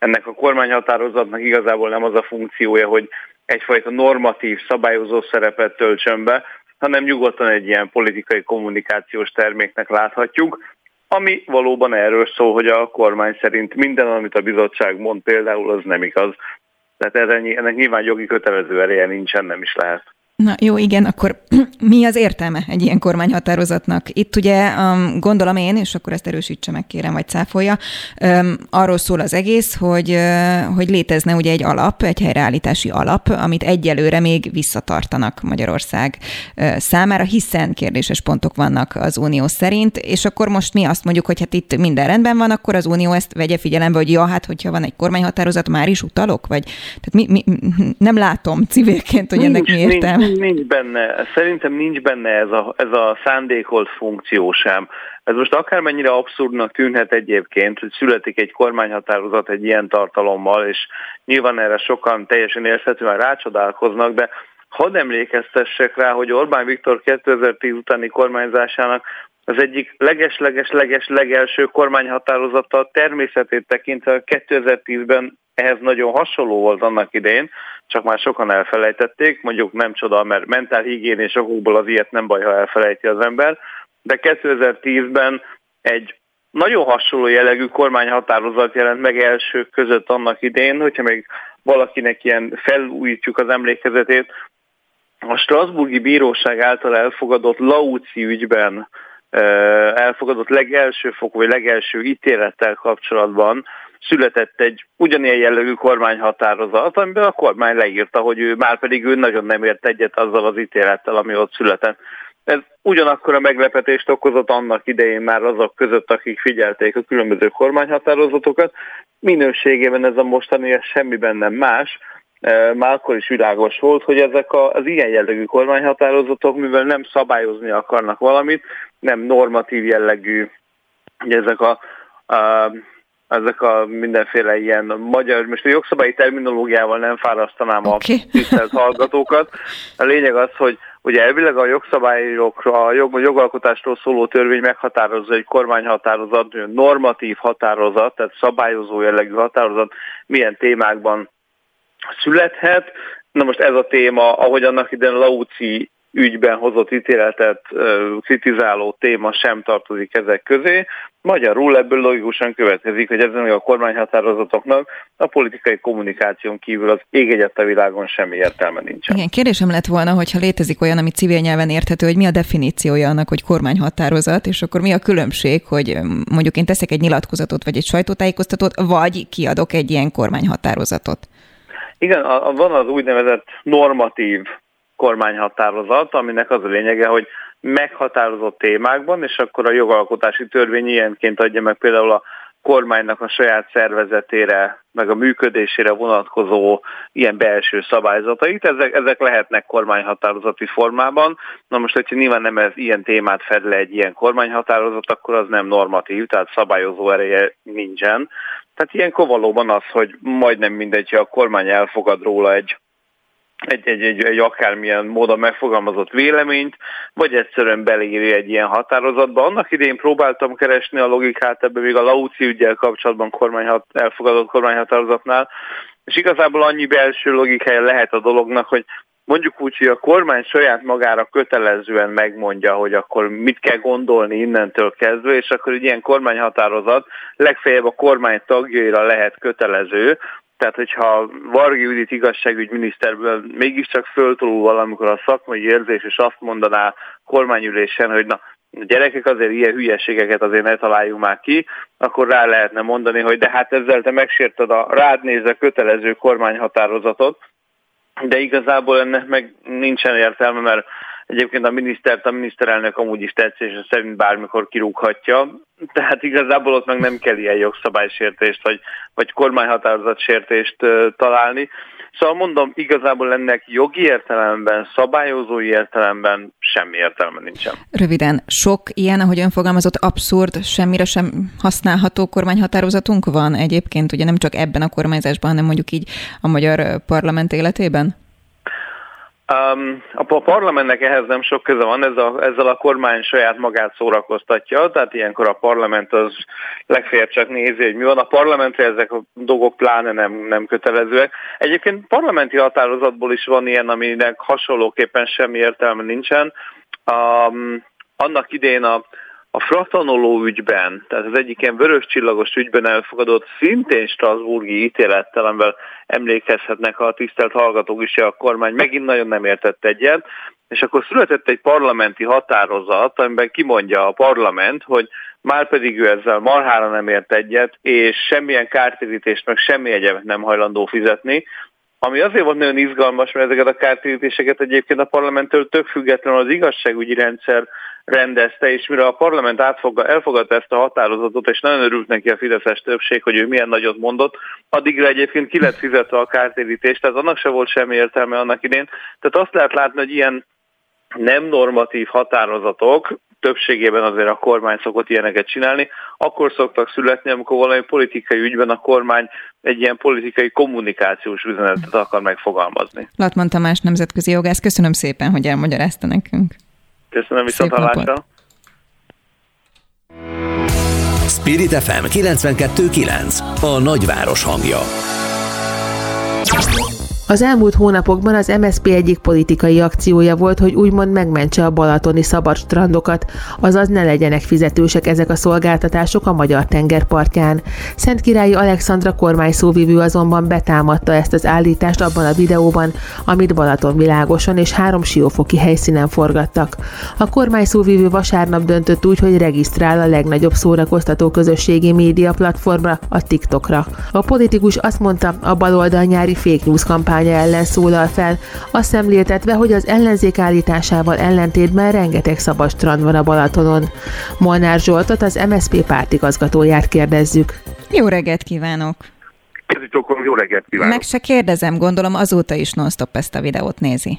[SPEAKER 10] ennek a kormányhatározatnak igazából nem az a funkciója, hogy egyfajta normatív, szabályozó szerepet töltsön be, hanem nyugodtan egy ilyen politikai kommunikációs terméknek láthatjuk, ami valóban erről szól, hogy a kormány szerint minden, amit a bizottság mond például, az nem igaz. Tehát ennek nyilván jogi kötelező ereje nincsen, nem is lehet.
[SPEAKER 2] Na jó, igen, akkor mi az értelme egy ilyen kormányhatározatnak? Itt ugye gondolom én, és akkor ezt erősítse meg, kérem, vagy cáfolja, arról szól az egész, hogy létezne ugye egy alap, egy helyreállítási alap, amit egyelőre még visszatartanak Magyarország számára, hiszen kérdéses pontok vannak az Unió szerint, és akkor most mi azt mondjuk, hogy hát itt minden rendben van, akkor az Unió ezt vegye figyelembe, hogy ja, hát hogyha van egy kormányhatározat, már is utalok? Vagy tehát nem látom civilként, hogy ennek mi értelme.
[SPEAKER 10] Nincs benne, szerintem nincs benne ez a szándékolt funkció sem. Ez most akármennyire abszurdnak tűnhet egyébként, hogy születik egy kormányhatározat egy ilyen tartalommal, és nyilván erre sokan teljesen érthetően rácsodálkoznak, de hadd emlékeztessek rá, hogy Orbán Viktor 2010 utáni kormányzásának az egyik legelső kormányhatározata természetét tekintve 2010-ben ehhez nagyon hasonló volt annak idején, csak már sokan elfelejtették, mondjuk nem csoda, mert mentálhigiénés okokból az ilyet nem baj, ha elfelejti az ember, de 2010-ben egy nagyon hasonló jellegű kormányhatározat jelent meg elsők között annak idején, hogyha még valakinek ilyen felújítjuk az emlékezetét, a Strasbourgi Bíróság által elfogadott Lauci ügyben elfogadott legelsőfokú vagy legelső ítélettel kapcsolatban született egy ugyanilyen jellegű kormányhatározat, amiben a kormány leírta, hogy ő nagyon nem ért egyet azzal az ítélettel, ami ott született. Ez ugyanakkor a meglepetést okozott annak idején már azok között, akik figyelték a különböző kormányhatározatokat. Minőségében ez a mostani semmiben nem más. Már akkor is világos volt, hogy ezek az ilyen jellegű kormányhatározatok, mivel nem szabályozni akarnak valamit, nem normatív jellegű, ezek a mindenféle ilyen magyar, most a jogszabályi terminológiával nem fárasztanám a tisztelt hallgatókat. A lényeg az, hogy ugye elvileg a jogszabályokra, a jogalkotásról szóló törvény meghatározza egy kormányhatározat, normatív határozat, tehát szabályozó jellegű határozat milyen témákban születhet. Na most ez a téma, ahogy annak idején Lauci ügyben hozott ítéletet kritizáló téma sem tartozik ezek közé. Magyarul ebből logikusan következik, hogy ezen a kormányhatározatoknak a politikai kommunikáción kívül az ég egyet a világon semmi értelme nincsen.
[SPEAKER 2] Igen, kérdésem lett volna, hogyha létezik olyan, ami civil nyelven érthető, hogy mi a definíciója annak, hogy kormányhatározat, és akkor mi a különbség, hogy mondjuk én teszek egy nyilatkozatot, vagy egy sajtótájékoztatót, vagy kiadok egy ilyen kormányhatározatot.
[SPEAKER 10] Igen, van az úgynevezett normatív kormányhatározat, aminek az a lényege, hogy meghatározott témákban, és akkor a jogalkotási törvény ilyenként adja meg például a kormánynak a saját szervezetére, meg a működésére vonatkozó ilyen belső szabályzatait. Ezek lehetnek kormányhatározati formában. Na most, hogyha nyilván nem ez ilyen témát fed le egy ilyen kormányhatározat, akkor az nem normatív, tehát szabályozó ereje nincsen. Tehát ilyenkor valóban az, hogy majdnem mindegy, hogy a kormány elfogad róla egy akármilyen módon megfogalmazott véleményt, vagy egyszerűen beleírja egy ilyen határozatba. Annak idején próbáltam keresni a logikát ebben még a Lauci üggyel kapcsolatban elfogadott kormányhatározatnál, és igazából annyi belső logikája lehet a dolognak, hogy mondjuk úgy, hogy a kormány saját magára kötelezően megmondja, hogy akkor mit kell gondolni innentől kezdve, és akkor egy ilyen kormányhatározat legfeljebb a kormány tagjaira lehet kötelező. Tehát, hogyha Varga Judit igazságügyminiszterből mégiscsak föltolul valamikor a szakmai érzés, és azt mondaná kormányülésen, hogy na, gyerekek, azért ilyen hülyeségeket azért ne találjunk már ki, akkor rá lehetne mondani, hogy de hát ezzel te megsérted a rád nézve kötelező kormányhatározatot, de igazából ennek meg nincsen értelme, mert egyébként a miniszterelnök amúgy is tetszése szerint bármikor kirúghatja, tehát igazából ott meg nem kell ilyen jogszabálysértést vagy kormányhatározatsértést találni. Szóval mondom, igazából ennek jogi értelemben, szabályozói értelemben semmi értelme nincsen.
[SPEAKER 2] Röviden, sok ilyen, ahogy ön fogalmazott, abszurd, semmire sem használható kormányhatározatunk van egyébként, ugye nem csak ebben a kormányzásban, hanem mondjuk így a magyar parlament életében?
[SPEAKER 10] A parlamentnek ehhez nem sok köze van, ezzel a kormány saját magát szórakoztatja, tehát ilyenkor a parlament az legfeljebb csak nézi, hogy mi van. A parlamentre ezek a dolgok pláne nem kötelezőek. Egyébként parlamenti határozatból is van ilyen, aminek hasonlóképpen semmi értelme nincsen. Annak idején a Fratanoló ügyben, tehát az egyik ilyen vörös csillagos ügyben elfogadott szintén strasbourgi ítélettel, amivel emlékezhetnek a tisztelt hallgatók is, a kormány megint nagyon nem értett egyet, és akkor született egy parlamenti határozat, amiben kimondja a parlament, hogy márpedig ő ezzel marhára nem ért egyet, és semmilyen kártérítést, meg semmi egyebet nem hajlandó fizetni, ami azért volt nagyon izgalmas, mert ezeket a kártérítéseket egyébként a parlamenttől tök függetlenül az igazságügyi rendszer rendezte, és mire a parlament elfogadta ezt a határozatot, és nagyon örült neki a fideszes többség, hogy ő milyen nagyot mondott, addigra egyébként ki lett fizetve a kártérítés, tehát annak se volt semmi értelme annak idén. Tehát azt lehet látni, hogy ilyen nem normatív határozatok, többségében azért a kormány szokott ilyeneket csinálni, akkor szoktak születni, amikor valami politikai ügyben a kormány egy ilyen politikai kommunikációs üzenetet akar megfogalmazni.
[SPEAKER 2] Latman Tamás, nemzetközi jogász, köszönöm szépen, hogy elmagyarázta nekünk.
[SPEAKER 10] Köszönöm, viszonthallásra.
[SPEAKER 1] Spirit FM 92.9, a nagyváros hangja.
[SPEAKER 3] Az elmúlt hónapokban az MSZP egyik politikai akciója volt, hogy úgymond megmentse a balatoni szabad strandokat, azaz ne legyenek fizetősek ezek a szolgáltatások a magyar tengerpartján. Szentkirályi Alexandra kormányszóvivő azonban betámadta ezt az állítást abban a videóban, amit Balatonvilágoson és 3 siófoki helyszínen forgattak. A kormányszóvivő vasárnap döntött úgy, hogy regisztrál a legnagyobb szórakoztató közösségi média platformra, a TikTokra. A politikus azt mondta, a baloldal nyári fake news kampánya ellen szólal fel, azt szemléltetve, hogy az ellenzék állításával ellentétben rengeteg szabad strand van a Balatonon. Molnár Zsoltot, az MSZP pártigazgatóját kérdezzük.
[SPEAKER 2] Jó reggelt kívánok!
[SPEAKER 11] Jó reggelt kívánok!
[SPEAKER 2] Meg se kérdezem, gondolom azóta is non-stop ezt a videót nézi.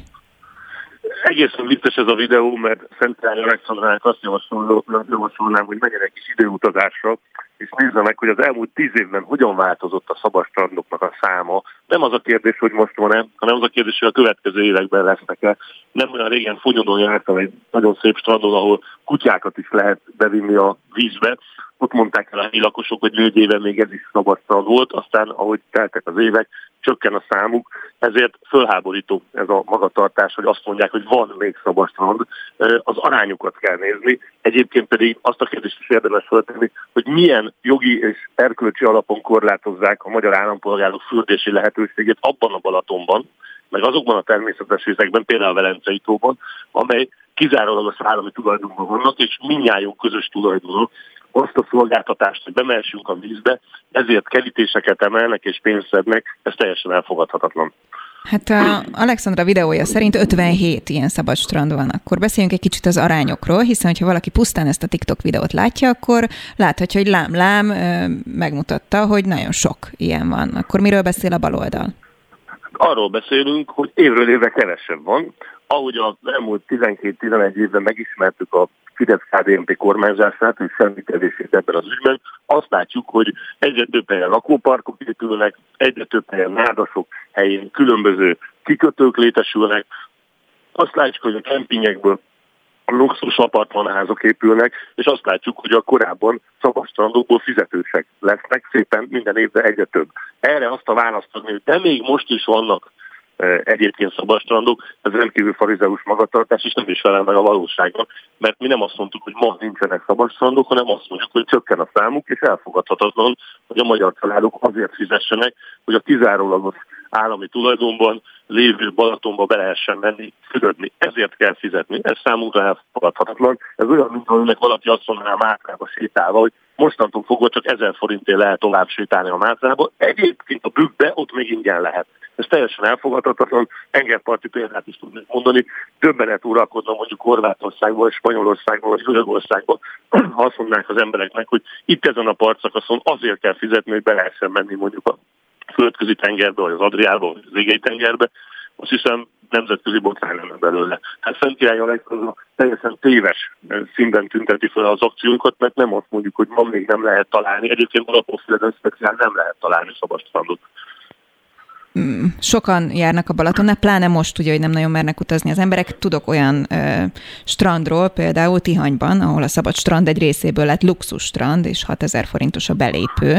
[SPEAKER 11] Egészen vicces ez a videó, mert Szentkirályi Alexandrának azt javasolnám, hogy menjen egy kis időutazásra, és nézze meg, hogy az elmúlt 10 évben hogyan változott a szabad strandoknak a száma. Nem az a kérdés, hogy most van-e, hanem az a kérdés, hogy a következő években lesznek-e. Nem olyan régen Fonyodon jártam egy nagyon szép strandon, ahol kutyákat is lehet bevinni a vízbe. Ott mondták el a helyi lakosok, hogy 4 éve még ez is szabad strand volt, aztán ahogy teltek az évek, csökken a számuk, ezért fölháborító ez a magatartás, hogy azt mondják, hogy van még szabad strand, az arányokat kell nézni, egyébként pedig azt a kérdést is érdemes feltenni, hogy milyen jogi és erkölcsi alapon korlátozzák a magyar állampolgárok fürdési lehetőségét abban a Balatonban, meg azokban a természetes részekben, például a Velencei tóban, amely kizárólag az állami tulajdonban vannak, és mindnyájunk közös tulajdonok, azt a szolgáltatást, hogy bemelsünk a vízbe, ezért kerítéseket emelnek és pénzt szednek, ez teljesen elfogadhatatlan.
[SPEAKER 2] Hát Alexandra videója szerint 57 ilyen szabad strand van. Akkor beszéljünk egy kicsit az arányokról, hiszen ha valaki pusztán ezt a TikTok videót látja, akkor láthatja, hogy lám megmutatta, hogy nagyon sok ilyen van. Akkor miről beszél a baloldal?
[SPEAKER 11] Arról beszélünk, hogy évről évre kevesebb van. Ahogy az elmúlt 12-11 évben megismertük a Fidesz-KDNP kormányzását és semmi kevését ebben az ügyben, azt látjuk, hogy egyre több helyen lakóparkok épülnek, egyre több helyen nádasok helyén különböző kikötők létesülnek. Azt látjuk, hogy a kempingekből luxus apartmanházak épülnek, és azt látjuk, hogy a korábban szabad strandokból fizetősek lesznek, szépen minden évben egyre több. Erre azt a választ adni, hogy de még most is vannak egyébként szabad strandok, ez rendkívül farizeus magatartás, és nem is felel meg a valóságnak, mert mi nem azt mondtuk, hogy ma nincsenek szabad strandok, hanem azt mondjuk, hogy csökken a számuk, és elfogadhatatlan, hogy a magyar családok azért fizessenek, hogy a kizárólagos állami tulajdonban lévő Balatonba be lehessen menni, fürödni. Ezért kell fizetni. Ez számunkra elfogadhatatlan. Ez olyan, mint aminek valaki azt mondaná a Mátrába sétálva, hogy mostantól fogva csak 1000 forintért lehet tovább sétálni a Mátrába. Egyébként a Bükkbe ott még ingyen lehet. Ez teljesen elfogadhatatlan. Tengerparti példát is tudnék mondani. Döbbenet uralkodna mondjuk Horvátországban, Spanyolországban vagy Görögországban, ha azt mondnák az embereknek, hogy itt ezen a partszakaszon azért kell fizetni, hogy be lehessen menni mondjuk a Földközi tengerbe, vagy az Adriába, vagy az Égei tengerbe. Azt hiszem, nemzetközi botrány lenne belőle. Hát Szentkirályi Alexandra teljesen téves színben tünteti fel az akciónkat, mert nem azt mondjuk, hogy ma még nem lehet találni. Egyébként Balatonfüreden speciál nem lehet találni szabad strandot.
[SPEAKER 2] sokan járnak a Balatonnál, pláne most ugye, hogy nem nagyon mernek utazni az emberek. Tudok olyan strandról, például Tihanyban, ahol a szabad strand egy részéből lett luxus strand, és 6000 forintos a belépő.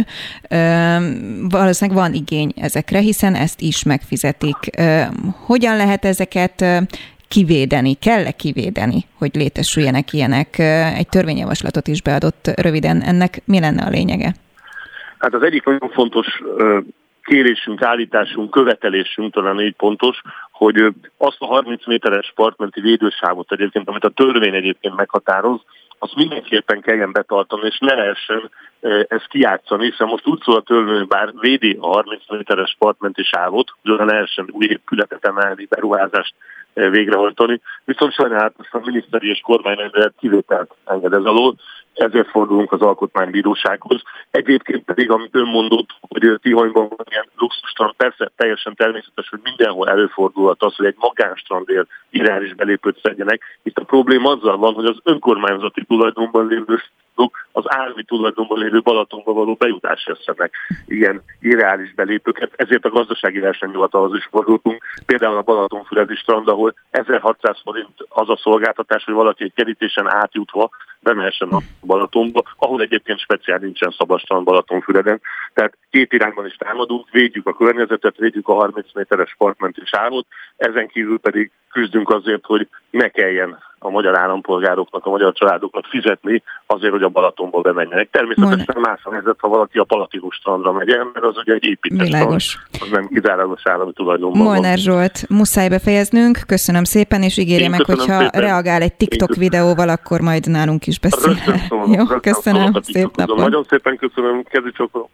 [SPEAKER 2] Valószínűleg van igény ezekre, hiszen ezt is megfizetik. Hogyan lehet ezeket kivédeni? Kell-e kivédeni, hogy létesüljenek ilyenek? Egy törvényjavaslatot is beadott röviden. Ennek mi lenne a lényege?
[SPEAKER 11] Hát az egyik nagyon fontos kérésünk, állításunk, követelésünk, talán így pontos, hogy azt a 30 méteres partmenti védősávot egyébként, amit a törvény egyébként meghatároz, azt mindenképpen kelljen betartani, és ne lehessen ezt kijátszani, hiszen most úgy szól a törvény, bár védi a 30 méteres partmenti sávot, hogy ne lehessen új épületet emelni, beruházást végrehajtani, viszont sajnálatos a miniszteri és kormányrendelet kivételt enged ez alól, ezért fordulunk az Alkotmánybírósághoz. Egyébként pedig, amit ön mondott, hogy Tihanyban van ilyen luxusstrand, persze teljesen természetes, hogy mindenhol előfordulhat az, hogy egy magánstrandért irányos belépőt szedjenek. Itt a probléma azzal van, hogy az önkormányzati tulajdonban lévő az állami tulajdonban lévő Balatonba való bejutásra szednek ilyen irreális belépőket, ezért a gazdasági versenyhivatalhoz is fordultunk. Például a Balatonfüredi strand, ahol 1600 forint az a szolgáltatás, hogy valaki egy kerítésen átjutva bemehessen a Balatonba, ahol egyébként speciál nincsen szabad strand Balatonfüreden. Tehát két irányban is támadunk, védjük a környezetet, védjük a 30 méteres partmenti sávot, ezen kívül pedig küzdünk azért, hogy ne kelljen a magyar állampolgároknak, a magyar családoknak fizetni azért, hogy a Balatonból bemenjenek. Természetesen más a helyzet, ha valaki a Palatinus strandra megy el, mert az ugye egy épített strand, az nem kizárólagos állami tulajdonban van.
[SPEAKER 2] Molnár Zsolt, muszáj befejeznünk, köszönöm szépen, és ígérje meg, hogyha reagál egy TikTok videóval, akkor majd nálunk is beszél. Jó, köszönöm, szép napot.
[SPEAKER 11] Nagyon szépen köszönöm, kezicsokról.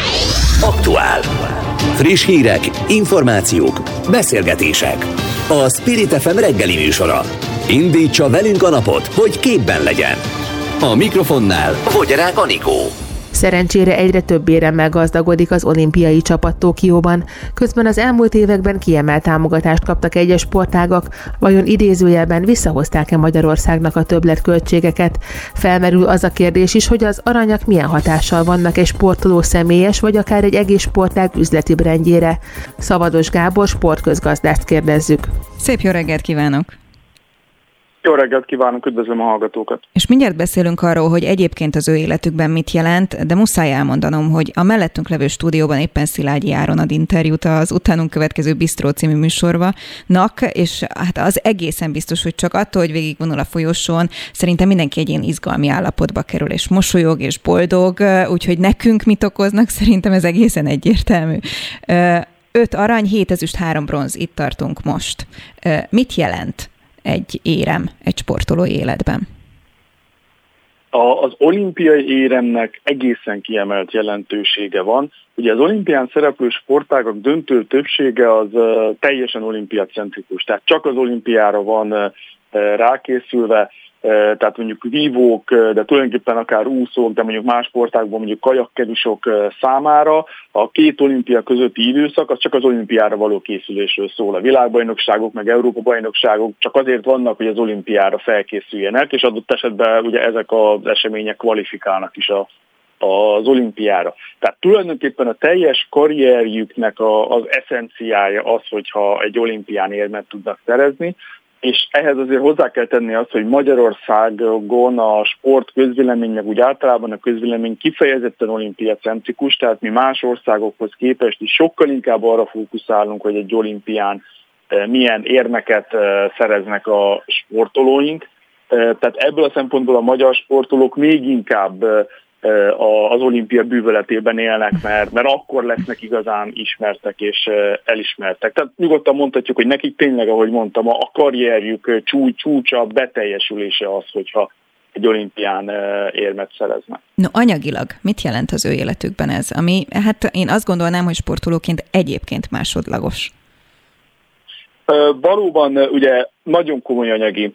[SPEAKER 1] Aktuál. Friss hírek, információk, beszélgetések. A Spirit FM reggeli műsora. Indítsa velünk a napot, hogy képben legyen. A mikrofonnál Vogyarák Anikó.
[SPEAKER 3] Szerencsére egyre több éremmel gazdagodik az olimpiai csapat Tokióban. Közben az elmúlt években kiemelt támogatást kaptak egyes sportágak, vajon idézőjelben visszahozták-e Magyarországnak a többletköltségeket? Felmerül az a kérdés is, hogy az aranyak milyen hatással vannak egy sportoló személyes, vagy akár egy egész sportág üzleti brandjére. Szavados Gábor sportközgazdást kérdezzük.
[SPEAKER 2] Szép jó reggelt kívánok!
[SPEAKER 12] Jó reggelt kívánok, üdvözlöm a hallgatókat!
[SPEAKER 2] És mindjárt beszélünk arról, hogy egyébként az ő életükben mit jelent, de muszáj elmondanom, hogy a mellettünk levő stúdióban éppen Szilágyi Áron ad interjút az utánunk következő Bistró című műsornak, és hát az egészen biztos, hogy csak attól, hogy végigvonul a folyosón, szerintem mindenki egy ilyen izgalmi állapotba kerül, és mosolyog, és boldog, úgyhogy nekünk mit okoznak, szerintem ez egészen egyértelmű. 5 arany, 7 ezüst, 3 bronz, itt tartunk most. Mit jelent egy érem egy sportoló életben?
[SPEAKER 12] Az olimpiai éremnek egészen kiemelt jelentősége van. Ugye az olimpián szereplő sportágak döntő többsége az teljesen olimpiacentrikus, tehát csak az olimpiára van rákészülve, tehát mondjuk vívók, de tulajdonképpen akár úszók, de mondjuk más sportákban mondjuk kajakkedusok számára a két olimpia közötti időszak az csak az olimpiára való készülésről szól. A világbajnokságok meg Európa-bajnokságok csak azért vannak, hogy az olimpiára felkészüljenek, és adott esetben ugye ezek az események kvalifikálnak is az olimpiára. Tehát tulajdonképpen a teljes karrierjüknek az eszenciája az, hogyha egy olimpián érmet tudnak szerezni, és ehhez azért hozzá kell tenni azt, hogy Magyarországon a sport közvélemény, meg úgy általában a közvélemény kifejezetten olimpiacentrikus, tehát mi más országokhoz képest is sokkal inkább arra fókuszálunk, hogy egy olimpián milyen érmeket szereznek a sportolóink. Tehát ebből a szempontból a magyar sportolók még inkább az olimpia bűvöletében élnek, mert akkor lesznek igazán ismertek és elismertek. Tehát nyugodtan mondhatjuk, hogy nekik tényleg, ahogy mondtam, a karrierjük csúcsa, beteljesülése az, hogyha egy olimpián érmet szereznek.
[SPEAKER 2] No, anyagilag mit jelent az ő életükben ez? Ami, hát én azt gondolnám, hogy sportolóként egyébként másodlagos.
[SPEAKER 12] Valóban ugye nagyon komoly anyagi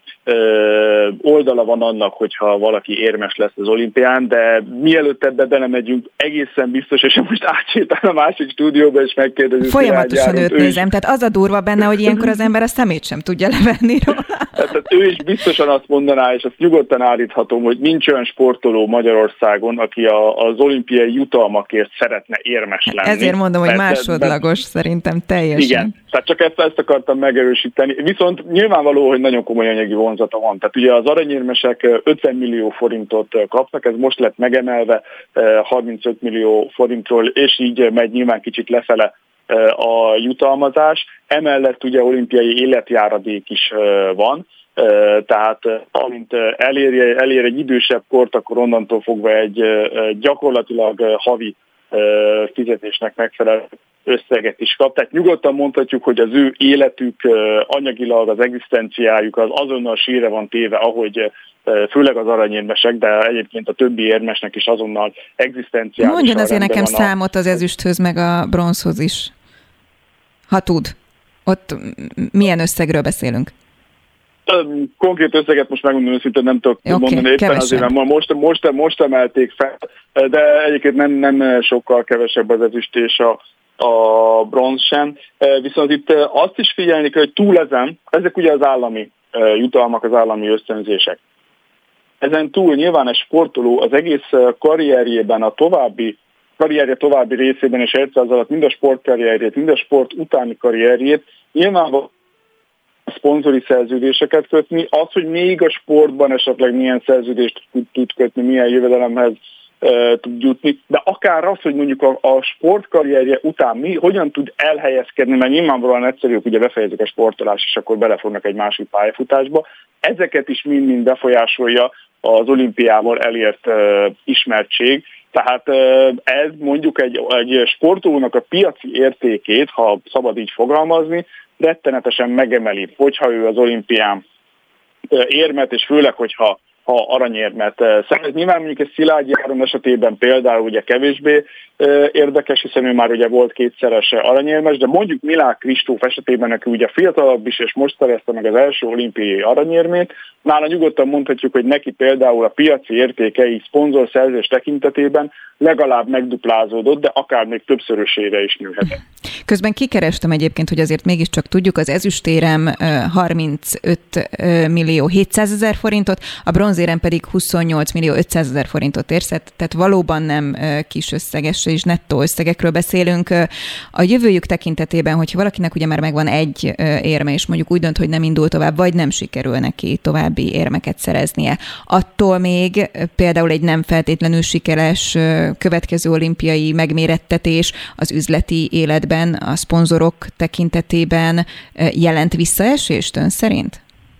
[SPEAKER 12] oldala van annak, hogyha valaki érmes lesz az olimpián, de mielőtt ebbe belemegyünk, egészen biztos, és most átsétál a másik stúdióba, és megkérdezi.
[SPEAKER 2] Folyamatosan őt nézem, tehát az a durva benne, hogy ilyenkor az ember a szemét sem tudja levenni róla.
[SPEAKER 12] Tehát ő is biztosan azt mondaná, és azt nyugodtan állíthatom, hogy nincs olyan sportoló Magyarországon, aki az olimpiai jutalmakért szeretne érmes lenni.
[SPEAKER 2] Ezért mondom, hogy másodlagos szerintem teljesen.
[SPEAKER 12] Igen, tehát csak ezt akartam megerősíteni. Viszont nyilvánvaló, hogy nagyon komoly anyagi vonzata van. Tehát ugye az aranyérmesek 50 millió forintot kapnak, ez most lett megemelve 35 millió forintról, és így megy nyilván kicsit lefele a jutalmazás. Emellett ugye olimpiai életjáradék is van, tehát amint elér egy idősebb kort, akkor onnantól fogva egy gyakorlatilag havi fizetésnek megfelelő összeget is kap. Tehát nyugodtan mondhatjuk, hogy az ő életük, anyagilag az egzisztenciájuk az azonnal sírre van téve, ahogy főleg az aranyérmesek, de egyébként a többi érmesnek is azonnal egzisztenciális.
[SPEAKER 2] Mondjon azért nekem számot az ezüsthöz, meg a bronzhoz is, ha tud. Ott milyen összegről beszélünk?
[SPEAKER 12] Konkrét összeget most megmondom, őszintén nem tudok mondani éppen azért, mert most emelték fel, de egyébként nem sokkal kevesebb az ezüst és a bronz sem. Viszont itt azt is figyelni kell, hogy túl ezen, ezek ugye az állami jutalmak, az állami ösztönzések. Ezen túl nyilván egy sportoló az egész karrierjében, karrierje további részében, és egyszer az alatt mind a sportkarrierjét, mind a sport utáni karrierjét, nyilvánvalóan szponzori szerződéseket kötni, az, hogy még a sportban esetleg milyen szerződést tud kötni, milyen jövedelemhez tud jutni, de akár az, hogy mondjuk a sportkarrierje után hogyan tud elhelyezkedni, mert nyilvánvalóan egyszerűek, ugye befejezik a sportolás, és akkor belefognak egy másik pályafutásba. Ezeket is mind-mind befolyásolja az olimpiával elért ismertség. Tehát ez mondjuk egy sportolónak a piaci értékét, ha szabad így fogalmazni, rettenetesen megemeli, hogyha ő az olimpián érmet, és főleg, hogyha aranyérmet szerez. Nyilván mondjuk egy Szilágyi Áron esetében például ugye kevésbé érdekes, hiszen ő már ugye volt kétszeres aranyérmes, de mondjuk Milák Kristóf esetében, aki ugye fiatalabb is, és most szerezte meg az első olimpiai aranyérmét, nála nyugodtan mondhatjuk, hogy neki például a piaci értékei szponzorszerzés tekintetében legalább megduplázódott, de akár még többszörösére is nőhetett.
[SPEAKER 2] Közben kikerestem egyébként, hogy azért mégiscsak tudjuk, az ezüstérem 35 millió 700 000 forintot, a bronzérem pedig 28 millió 500 000 forintot érzett, tehát valóban nem kis összeges és nettó összegekről beszélünk. A jövőjük tekintetében, hogyha valakinek ugye már megvan egy érme, és mondjuk úgy dönt, hogy nem indul tovább, vagy nem sikerül neki további érmeket szereznie, attól még például egy nem feltétlenül sikeres következő olimpiai megmérettetés az üzleti életben, a szponzorok tekintetében jelent visszaesést ön szerint?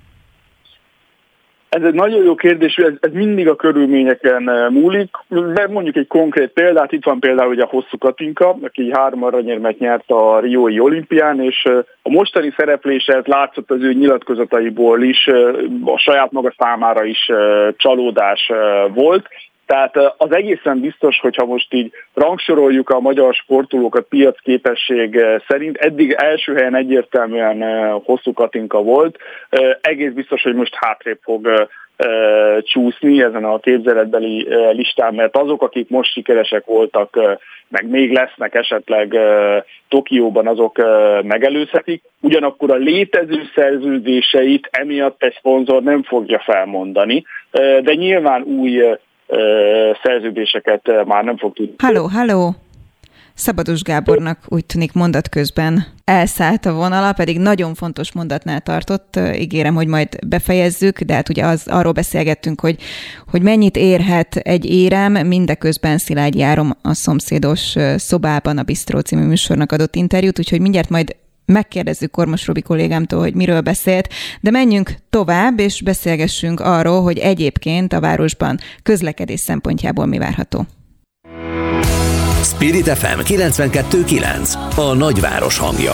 [SPEAKER 12] Ez egy nagyon jó kérdés, ez mindig a körülményeken múlik, de mondjuk egy konkrét példát, itt van például ugye a Hosszú Katinka, aki 3 aranyérmet nyert a riói olimpián, és a mostani szereplése látszott az ő nyilatkozataiból is, a saját maga számára is csalódás volt. Tehát az egészen biztos, hogyha most így rangsoroljuk a magyar sportolókat piacképesség szerint, eddig első helyen egyértelműen Hosszú Katinka volt, egész biztos, hogy most hátrébb fog csúszni ezen a képzeletbeli listán, mert azok, akik most sikeresek voltak, meg még lesznek esetleg Tokióban, azok megelőzhetik. Ugyanakkor a létező szerződéseit emiatt egy szponzor nem fogja felmondani, de nyilván új szerződéseket már nem fog tudni.
[SPEAKER 2] Halló! Szabados Gábornak úgy tűnik mondat közben elszállt a vonala, pedig nagyon fontos mondatnál tartott. Ígérem, hogy majd befejezzük, de hát ugye arról beszélgettünk, hogy mennyit érhet egy érem, mindeközben Szilágyi Áron a szomszédos szobában a Bistró című műsornak adott interjút, úgyhogy mindjárt majd megkérdezzük Kormos Robi kollégámtól, hogy miről beszélt, de menjünk tovább, és beszélgessünk arról, hogy egyébként a városban közlekedés szempontjából mi várható.
[SPEAKER 1] Spirit FM 92.9, a nagyváros hangja.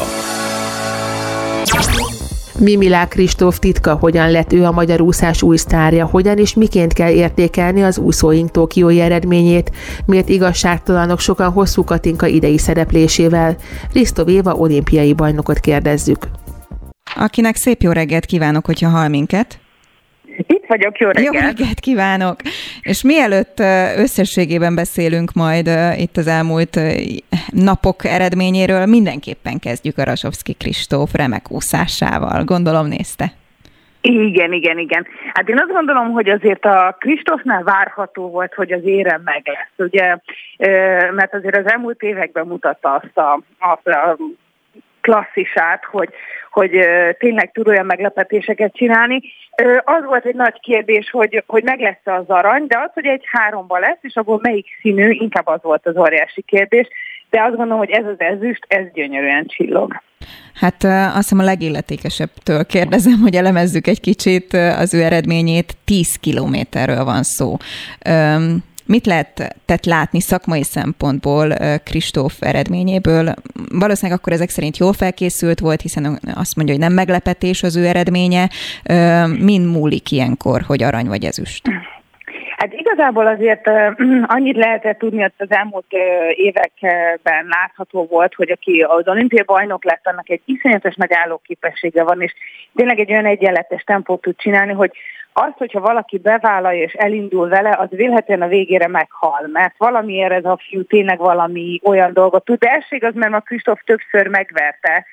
[SPEAKER 3] Mi Milák Kristóf titka, hogyan lett ő a magyar úszás új sztárja, hogyan és miként kell értékelni az úszóink tokiói eredményét, miért igazságtalanok sokan Hosszú Katinka idei szereplésével. Risztov Éva olimpiai bajnokot kérdezzük.
[SPEAKER 2] akinek szép jó reggelt kívánok, hogyha hall minket.
[SPEAKER 13] Itt vagyok, jó reggelt!
[SPEAKER 2] Jó reggelt kívánok! És mielőtt összességében beszélünk majd itt az elmúlt napok eredményéről, mindenképpen kezdjük a Rasovszky Kristóf remek úszásával. Gondolom nézte.
[SPEAKER 13] Igen. Hát én azt gondolom, hogy azért a Kristófnál várható volt, hogy az érem meg lesz, ugye, mert azért az elmúlt években mutatta azt a klasszisát, hogy tényleg tud olyan meglepetéseket csinálni. Az volt egy nagy kérdés, hogy meg lesz az arany, de az, hogy egy 3-ban lesz, és abból melyik színű, inkább az volt az óriási kérdés, de azt gondolom, hogy ez az ezüst, ez gyönyörűen csillog.
[SPEAKER 2] Hát azt hiszem a legilletékesebbtől kérdezem, hogy elemezzük egy kicsit az ő eredményét. 10 kilométerről van szó. Mit lehetett látni szakmai szempontból Kristóf eredményéből? Valószínűleg akkor ezek szerint jól felkészült volt, hiszen azt mondja, hogy nem meglepetés az ő eredménye. Min múlik ilyenkor, hogy arany vagy ezüst?
[SPEAKER 13] Hát igazából azért annyit lehetett tudni, hogy az elmúlt években látható volt, hogy aki az olimpiai bajnok lett, annak egy iszonyatos nagy állóképessége van, és tényleg egy olyan egyenletes tempót tud csinálni, hogy azt, hogyha valaki bevállalja és elindul vele, az vélhetően a végére meghal, mert valamiért ez a fiú tényleg valami olyan dolgot tud, de ez se igaz, mert a Kristóf többször megverte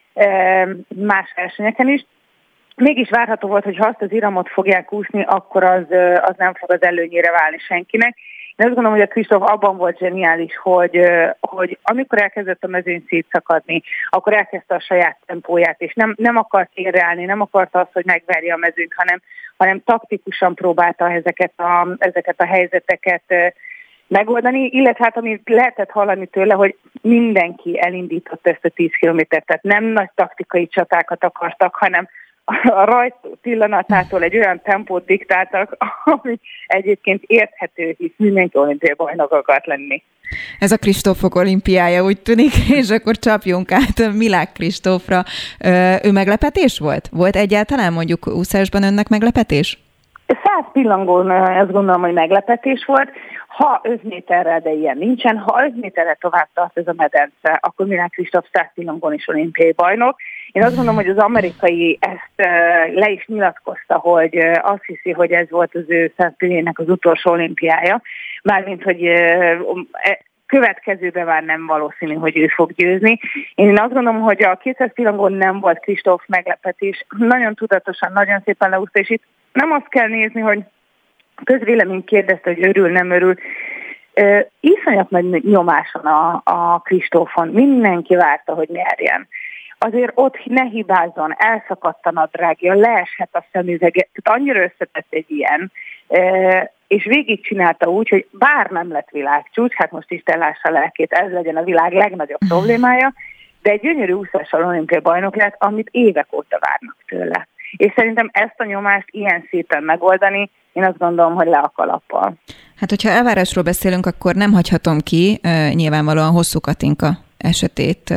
[SPEAKER 13] más versenyeken is. Mégis várható volt, hogy ha azt az iramot fogják úszni, akkor az nem fog az előnyére válni senkinek. Én azt gondolom, hogy a Kristóf abban volt zseniális, hogy amikor elkezdett a mezőny szétszakadni, akkor elkezdte a saját tempóját, és nem akart érreállni, nem akarta azt, hogy megverje a mezőnyt, hanem taktikusan próbálta ezeket a helyzeteket megoldani, illetve hát amit lehetett hallani tőle, hogy mindenki elindított ezt a 10 kilométert, tehát nem nagy taktikai csatákat akartak, hanem a rajtó pillanatától egy olyan tempót diktáltak, ami egyébként érthető, hisz mindenki olimpiai bajnok akart lenni.
[SPEAKER 2] Ez a Kristófok olimpiája, úgy tűnik, és akkor csapjunk át Milák Kristófra. Ő meglepetés volt? Volt egyáltalán mondjuk úszásban önnek meglepetés?
[SPEAKER 13] 100 pillangón azt gondolom, hogy meglepetés volt. Ha 5 méterrel, de ilyen nincsen, ha 5 méterrel tovább tart ez a medence, akkor Milák Kristóf 100 pillangón is olimpiai bajnok. Én azt gondolom, hogy az amerikai ezt le is nyilatkozta, hogy azt hiszi, hogy ez volt az ő Szentpilének az utolsó olimpiája, mármint, hogy következőben már nem valószínű, hogy ő fog győzni. Én azt gondolom, hogy a 200 pillangón nem volt Kristóf meglepetés. Nagyon tudatosan, nagyon szépen leúszta, és itt nem azt kell nézni, hogy közvélemény kérdezte, hogy örül, nem örül. Iszonyat nagy nyomáson a Kristófon. Mindenki várta, hogy nyerjen. Azért ott ne hibázzon, elszakadt a nadrágja, leeshet a szemüvege, tehát annyira összetett egy ilyen, és végigcsinálta úgy, hogy bár nem lett világcsúcs, hát most Isten lássa lelkét, ez legyen a világ legnagyobb problémája, de egy gyönyörű úszással olimpiai bajnok lett, amit évek óta várnak tőle. És szerintem ezt a nyomást ilyen szépen megoldani, én azt gondolom, hogy le a kalappal.
[SPEAKER 2] Hát, hogyha elvárásról beszélünk, akkor nem hagyhatom ki nyilvánvalóan Hosszú Katinka esetét.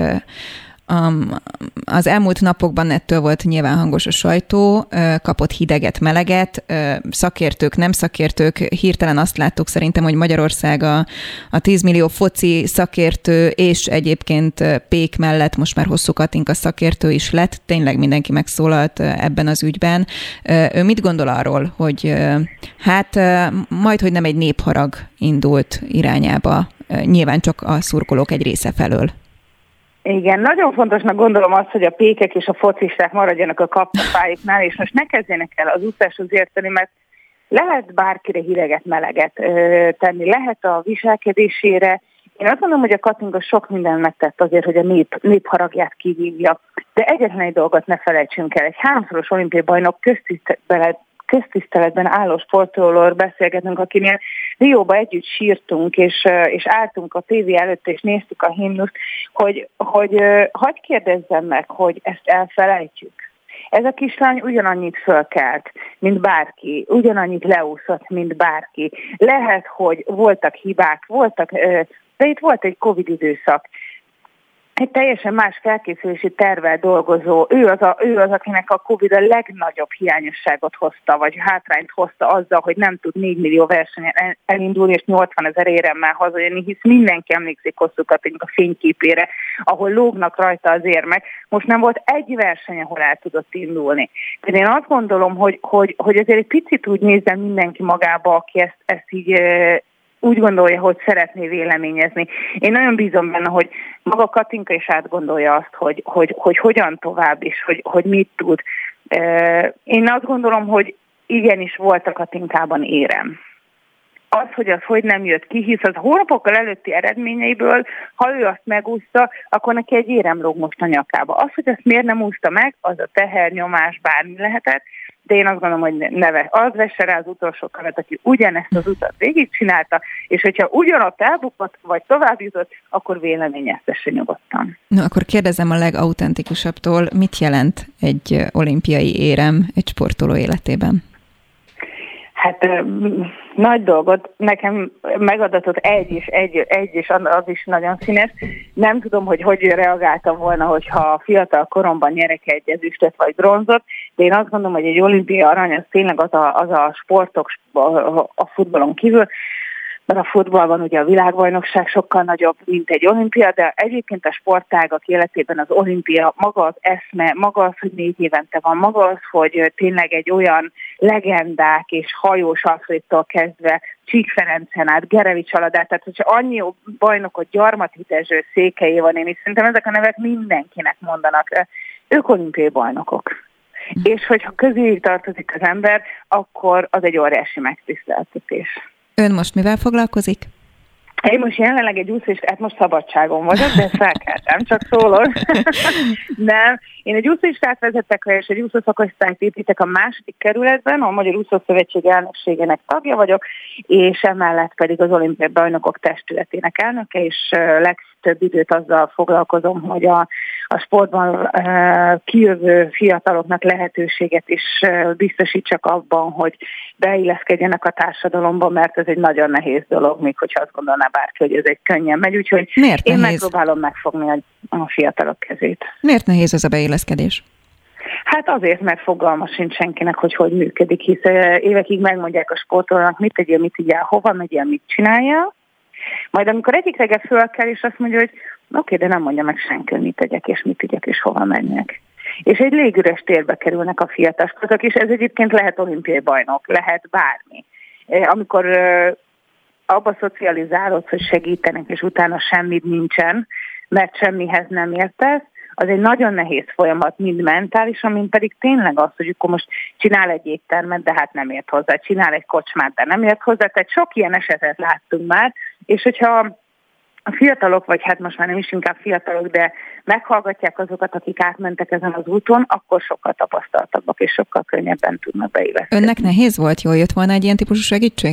[SPEAKER 2] Az elmúlt napokban ettől volt nyilván hangos a sajtó, kapott hideget, meleget, szakértők, nem szakértők, hirtelen azt láttuk szerintem, hogy Magyarország a 10 millió foci szakértő, és egyébként Pék mellett most már Hosszú Katinka szakértő is lett, tényleg mindenki megszólalt ebben az ügyben. Ő mit gondol arról, hogy hát majdhogy nem egy népharag indult irányába, nyilván csak a szurkolók egy része felől?
[SPEAKER 13] Igen, nagyon fontosnak gondolom azt, hogy a pékek és a focisták maradjanak a kaptafájuknál, és most ne kezdjenek el az úszáshoz érteni, mert lehet bárkire hideget, meleget tenni, lehet a viselkedésére. Én azt mondom, hogy a Katinka sok mindent megtett azért, hogy a népharagját kivívja. De egyetlen egy dolgot ne felejtsünk el, egy 3-szoros olimpiai bajnok köztiszteletben álló sportolóról beszélgetünk, akinél Rióba együtt sírtunk, és álltunk a tévé előtt, és néztük a himnuszt, hogy hadd kérdezzem meg, hogy ezt elfelejtjük. Ez a kislány ugyanannyit fölkelt, mint bárki, ugyanannyit leúszott, mint bárki. Lehet, hogy voltak hibák, de itt volt egy Covid időszak. egy teljesen más felkészülési tervvel dolgozó, ő az, akinek a Covid a legnagyobb hiányosságot hozta, vagy hátrányt hozta azzal, hogy nem tud 4 millió versenyen elindulni, és 80 000 éremmel hazajönni, hisz mindenki emlékszik Hosszú Katinka a fényképére, ahol lógnak rajta az érmek. Most nem volt egy verseny, ahol el tudott indulni. Tehát én azt gondolom, hogy azért egy picit úgy nézzen mindenki magába, aki ezt így úgy gondolja, hogy szeretné véleményezni. Én nagyon bízom benne, hogy maga Katinka is átgondolja azt, hogy hogyan tovább, és hogy mit tud. Én azt gondolom, hogy igenis volt a Katinkában érem. Az, hogy nem jött ki, hisz az hónapokkal előtti eredményeiből, ha ő azt megúszta, akkor neki egy érem lóg most a nyakába. Az, hogy ezt miért nem úszta meg, az a tehernyomás, bármi lehetett, de én azt gondolom, hogy az vesse rá az utolsó követ, aki ugyanezt az utat végigcsinálta, és hogyha ugyanott elbukott, vagy tovább jutott, akkor véleményeztesse nyugodtan.
[SPEAKER 2] No, akkor kérdezem a legautentikusabbtól, mit jelent egy olimpiai érem egy sportoló életében?
[SPEAKER 13] Hát nagy dolgot, nekem megadatott egy, és az is nagyon színes. Nem tudom, hogy reagáltam volna, hogyha fiatal koromban nyerek egy ezüstöt vagy bronzot, de én azt gondolom, hogy egy olimpiai arany az tényleg az a sportok a futballon kívül, mert a futballban ugye a világbajnokság sokkal nagyobb, mint egy olimpia, de egyébként a sportágak életében az olimpia, maga az eszme, maga az, hogy 4 évente van, maga az, hogy tényleg egy olyan legendák és hajós Alfredtól kezdve Csík Ferencen át, Gerevics Aladát, tehát hogyha annyi bajnokot, Gyarmati Dezső, Székely van, én is szerintem ezek a nevek mindenkinek mondanak. Ők olimpiai bajnokok. És hogyha közéjük tartozik az ember, akkor az egy óriási megtiszteltetés.
[SPEAKER 2] Ön most mivel foglalkozik?
[SPEAKER 13] Én most jelenleg egy úszóistát, most szabadságon vagyok, de ezt felkeltem, csak szólok. Nem, én egy úszóistát vezetek le, és egy úszószakosztályt építek a 2. kerületben, a Magyar Úszószövetség elnökségének tagja vagyok, és emellett pedig az olimpiai bajnokok testületének elnöke, és legtöbb időt azzal foglalkozom, hogy a sportban kijövő fiataloknak lehetőséget is biztosítsak abban, hogy beilleszkedjenek a társadalomba, mert ez egy nagyon nehéz dolog, még hogyha azt gondolná bárki, hogy ez egy könnyen megy, úgyhogy én megpróbálom megfogni a fiatalok kezét.
[SPEAKER 2] Miért nehéz ez a beilleszkedés?
[SPEAKER 13] Hát azért, mert fogalma sincs senkinek, hogy működik, hisz évekig megmondják a sportolónak, mit tegyél, mit igyál, hova megyél, mit csináljál. Majd amikor egyik reggel fölkel, és azt mondja, hogy oké, de nem mondja meg senki, mit tegyek, és mit tegyek, és hova menjek. És egy légüres térbe kerülnek a fiatalok, és ez egyébként lehet olimpiai bajnok, lehet bármi. Amikor abba szocializálódsz, hogy segítenek, és utána semmit nincsen, mert semmihez nem értesz, az egy nagyon nehéz folyamat, mind mentálisan, mind pedig tényleg az, hogy akkor most csinál egy éttermet, de hát nem ért hozzá, csinál egy kocsmát, de nem ért hozzá, tehát sok ilyen esetet láttunk már, és hogyha a fiatalok, vagy hát most már nem is inkább fiatalok, de meghallgatják azokat, akik átmentek ezen az úton, akkor sokkal tapasztaltabbak, és sokkal könnyebben tudnak beilleszkedni.
[SPEAKER 2] Önnek nehéz volt? Jól jött volna egy ilyen típusú segítség?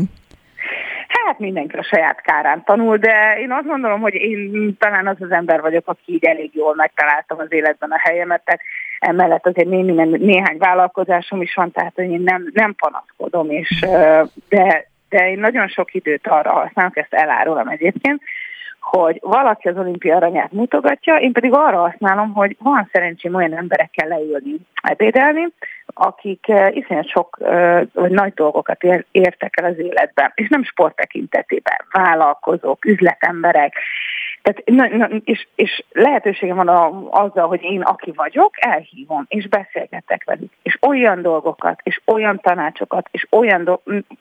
[SPEAKER 13] Hát mindenki a saját kárán tanul, de én azt gondolom, hogy én talán az ember vagyok, aki így elég jól megtaláltam az életben a helyemet, tehát emellett azért néhány vállalkozásom is van, tehát én nem panaszkodom, és, de én nagyon sok időt arra használok, ezt elárulom egyébként, hogy valaki az olimpia aranyát mutogatja, én pedig arra használom, hogy van szerencsém olyan emberekkel leülni, ebédelni, akik iszonyat sok vagy nagy dolgokat értek el az életben, és nem sport tekintetében, vállalkozók, üzletemberek. Tehát, és lehetőségem van azzal, hogy én aki vagyok, elhívom, és beszélgetek velük, és olyan dolgokat, és olyan tanácsokat, és olyan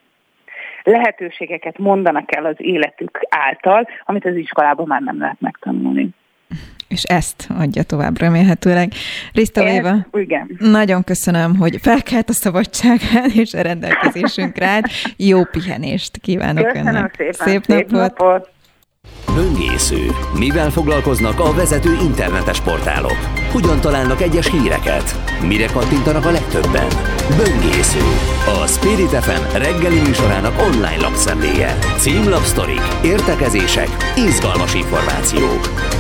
[SPEAKER 13] lehetőségeket mondanak el az életük által, amit az iskolában már nem lehet megtanulni.
[SPEAKER 2] És ezt adja tovább remélhetőleg. Risztó Éva, nagyon köszönöm, hogy felkelt a szabadságán, és a rendelkezésünkre állt. Jó pihenést kívánok
[SPEAKER 13] köszönöm
[SPEAKER 2] önnek.
[SPEAKER 13] Szépen, szép napot!
[SPEAKER 1] Böngésző. Mivel foglalkoznak a vezető internetes portálok? Hogyan találnak egyes híreket? Mire kattintanak a legtöbben? Böngésző. A Spirit FM reggeli műsorának online lapszemléje. Címlapsztorik, értekezések, izgalmas információk.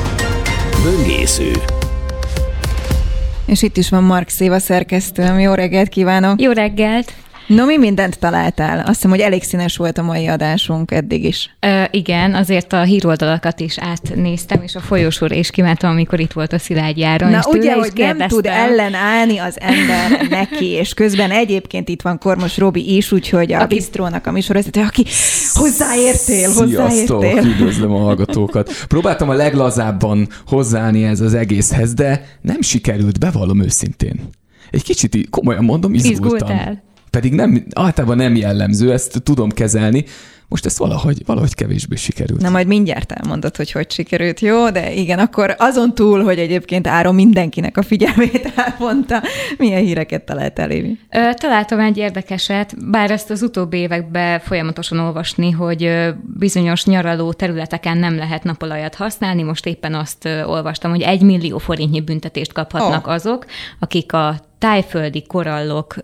[SPEAKER 1] Böngésző.
[SPEAKER 2] És itt is van Mark Széva szerkesztőm. Jó reggelt kívánok!
[SPEAKER 14] Jó reggelt!
[SPEAKER 2] No, mi mindent találtál? Azt hiszem, hogy elég színes volt a mai adásunk eddig is.
[SPEAKER 14] Igen, azért a híroldalakat is átnéztem, és a folyosóra is kimentem, amikor itt volt a Szilágy Járon.
[SPEAKER 2] Na ugye, hogy nem tud ellenállni az ember neki, és közben egyébként itt van Kormos Robi is, úgyhogy a Bistrónak a műsorvezető, aki hozzáértél.
[SPEAKER 15] Sziasztok, üdvözlöm a hallgatókat. Próbáltam a leglazábban hozzáállni ez az egészhez, de nem sikerült, bevallom őszintén. Egy kicsit, komolyan mondom, izgultam. Pedig általában nem jellemző, ezt tudom kezelni. Most ezt valahogy kevésbé sikerült.
[SPEAKER 2] Na majd mindjárt elmondod, hogy sikerült, jó? De igen, akkor azon túl, hogy egyébként Áron mindenkinek a figyelmét elmondta, milyen híreket találtál, Évi?
[SPEAKER 14] Találtam egy érdekeset, bár ezt az utóbbi években folyamatosan olvasni, hogy bizonyos nyaraló területeken nem lehet napolajat használni. Most éppen azt olvastam, hogy 1 millió forintnyi büntetést kaphatnak azok, akik a tájföldi korallok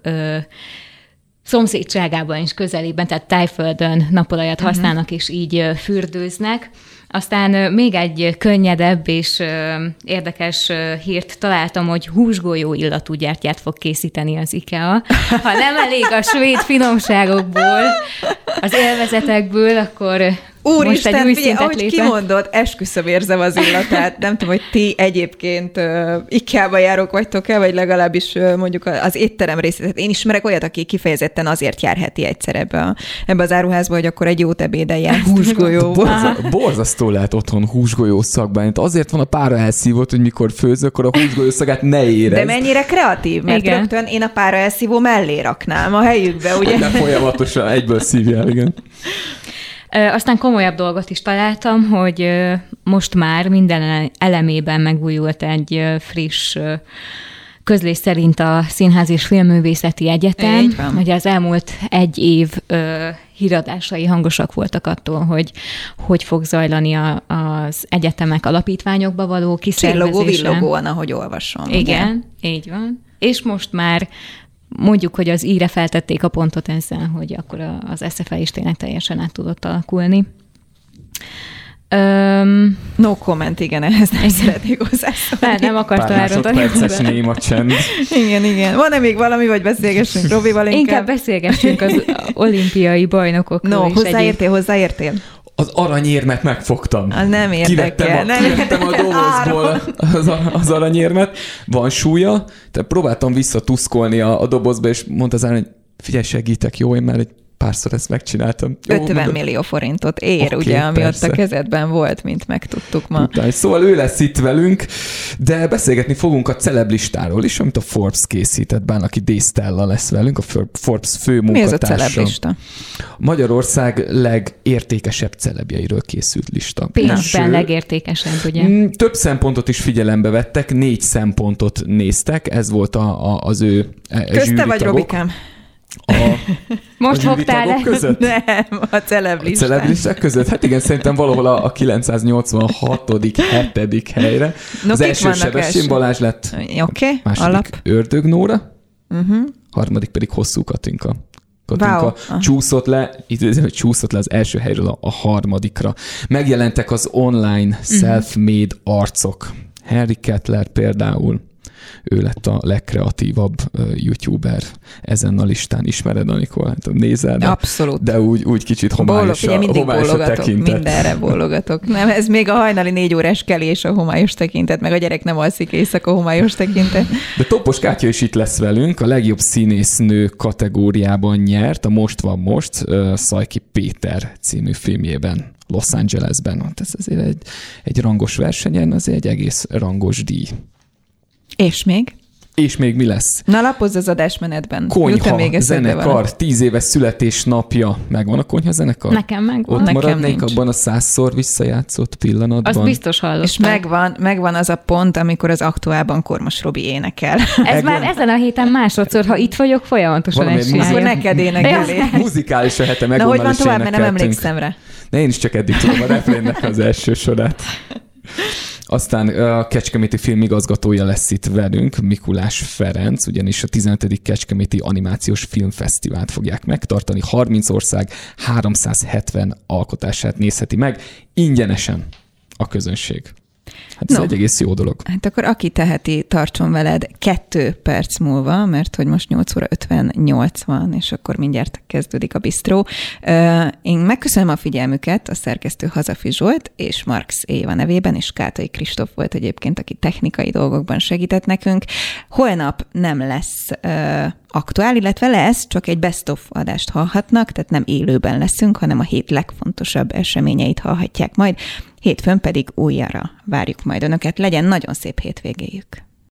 [SPEAKER 14] szomszédságában és közelében, tehát Tájföldön napolajat használnak, és így fürdőznek. Aztán még egy könnyedebb és érdekes hírt találtam, hogy húsgolyó illatú gyertyát fog készíteni az IKEA. Ha nem elég a svéd finomságokból, az élvezetekből, akkor
[SPEAKER 2] Úristen,
[SPEAKER 14] most egy új szintet
[SPEAKER 2] ahogy kimondod, esküszöm érzem az illatát. Nem tudom, hogy ti egyébként IKEA-ba járok vagytok-e, vagy legalábbis mondjuk az étterem részét. Én ismerek olyat, aki kifejezetten azért jár heti egyszer ebbe az áruházba, hogy akkor egy jót ebédeljen húsgolyóból.
[SPEAKER 15] Borzasztó lehet otthon húsgolyó szagban. Azért van a pára elszívott, hogy mikor főzök, akkor a húsgolyó szagát ne érezd.
[SPEAKER 2] De mennyire kreatív, mert rögtön én a pára elszívó mellé raknám a helyükbe, ugye?
[SPEAKER 15] De folyamatosan egyből szívjál, igen.
[SPEAKER 14] Aztán komolyabb dolgot is találtam, hogy most már minden elemében megújult egy friss közlés szerint a Színház és Filmművészeti Egyetem, hogy az elmúlt egy év híradásai hangosak voltak attól, hogy fog zajlani az egyetemek alapítványokba való kiszervezése.
[SPEAKER 2] Csillogó-villogóan, ahogy olvasom.
[SPEAKER 14] Igen, így van. És most már mondjuk, hogy az íre feltették a pontot ezzel, hogy akkor az SFE is tényleg teljesen át tudott alakulni.
[SPEAKER 2] No comment, igen, ehhez nem szeretnék hozzászólni.
[SPEAKER 14] Nem akartam elrontani.
[SPEAKER 15] Pár másodperces néma csend.
[SPEAKER 2] Igen. Van-e még valami, vagy beszélgessünk Robival inkább?
[SPEAKER 14] Inkább beszélgessünk az olimpiai bajnokokról.
[SPEAKER 2] No, hozzáértél?
[SPEAKER 15] Az aranyérmet megfogtam.
[SPEAKER 2] Az nem érdekel.
[SPEAKER 15] Kivettem a dobozból az aranyérmet. Van súlya, tehát próbáltam visszatuszkolni a dobozba, és mondta az hogy figyelj, segítek, jó, én már egy párszor ezt megcsináltam. Jó,
[SPEAKER 2] 50 millió forintot ér, ugye, ami persze. Ott a kezedben volt, mint megtudtuk ma.
[SPEAKER 15] Szóval ő lesz itt velünk, de beszélgetni fogunk a celeblistáról is, amit a Forbes készített. Bánaki D. Stella lesz velünk, a Forbes főmunkatársa.
[SPEAKER 2] Mi ez a celeblista?
[SPEAKER 15] Magyarország legértékesebb celebjeiről készült lista.
[SPEAKER 14] Pénzben legértékesebb, ugye?
[SPEAKER 15] Több szempontot is figyelembe vettek, 4 szempontot néztek, ez volt az ő
[SPEAKER 2] Közte vagy, Robikám?
[SPEAKER 14] Most fogtál le?
[SPEAKER 15] Között?
[SPEAKER 2] Nem, a celeblisták.
[SPEAKER 15] A celeblisták között? Hát igen, szerintem valahol a 986. 7. helyre. Az első Sebestyén Balázs lett, második Ördög Nóra, harmadik pedig Hosszú Katinka. Csúszott le az első helyről a harmadikra. Megjelentek az online self-made arcok. Henry Kettler például. Ő lett a legkreatívabb youtuber ezen a listán. Ismered, Anikó? Hát nézel,
[SPEAKER 2] abszolút.
[SPEAKER 15] De úgy kicsit homályos a tekintet.
[SPEAKER 2] Mindenre bólogatok. Nem, ez még a hajnali 4 órás kelés a homályos tekintet, meg a gyerek nem alszik éjszaka homályos tekintet.
[SPEAKER 15] De Topos Kátya is itt lesz velünk, a legjobb színésznő kategóriában nyert, a Most van most, Szajki Péter című filmjében. Los Angelesben. Ez azért egy rangos versenyen, azért egy egész rangos díj.
[SPEAKER 2] És még?
[SPEAKER 15] És még mi lesz?
[SPEAKER 2] Na, lapozz az adásmenetben.
[SPEAKER 15] Konyha zenekar, 10 éves születésnapja. Megvan a konyha zenekar?
[SPEAKER 14] Nekem megvan.
[SPEAKER 15] Ott maradnék abban a 100-szor visszajátszott pillanatban.
[SPEAKER 14] Azt biztos hallottam.
[SPEAKER 2] És megvan az a pont, amikor az Aktuálban Kormos Robi énekel.
[SPEAKER 14] Ez már ezen a héten másodszor, ha itt vagyok, folyamatosan
[SPEAKER 2] esélyem. Akkor neked énekelé.
[SPEAKER 15] Muzikális a hete,
[SPEAKER 2] Na, hogy van tovább, mert nem emlékszem rá.
[SPEAKER 15] Én is csak eddig tudom a refrénnek az első sorát. Aztán a Kecskeméti filmigazgatója lesz itt velünk, Mikulás Ferenc, ugyanis a 15. Kecskeméti Animációs Filmfesztivált fogják megtartani. 30 ország 370 alkotását nézheti meg ingyenesen a közönség. Hát ez egy egész jó dolog.
[SPEAKER 2] Hát akkor aki teheti, tartson veled 2 perc múlva, mert hogy most 8 óra 58 van, és akkor mindjárt kezdődik a bistró. Én megköszönöm a figyelmüket, a szerkesztő Hazafi Zsolt és Marx Éva nevében, és Kátai Kristóf volt egyébként, aki technikai dolgokban segített nekünk. Holnap nem lesz aktuál, illetve lesz, csak egy best-of adást hallhatnak, tehát nem élőben leszünk, hanem a hét legfontosabb eseményeit hallhatják majd. Hétfőn pedig újjára várjuk majd önöket. Legyen nagyon szép hétvégéjük!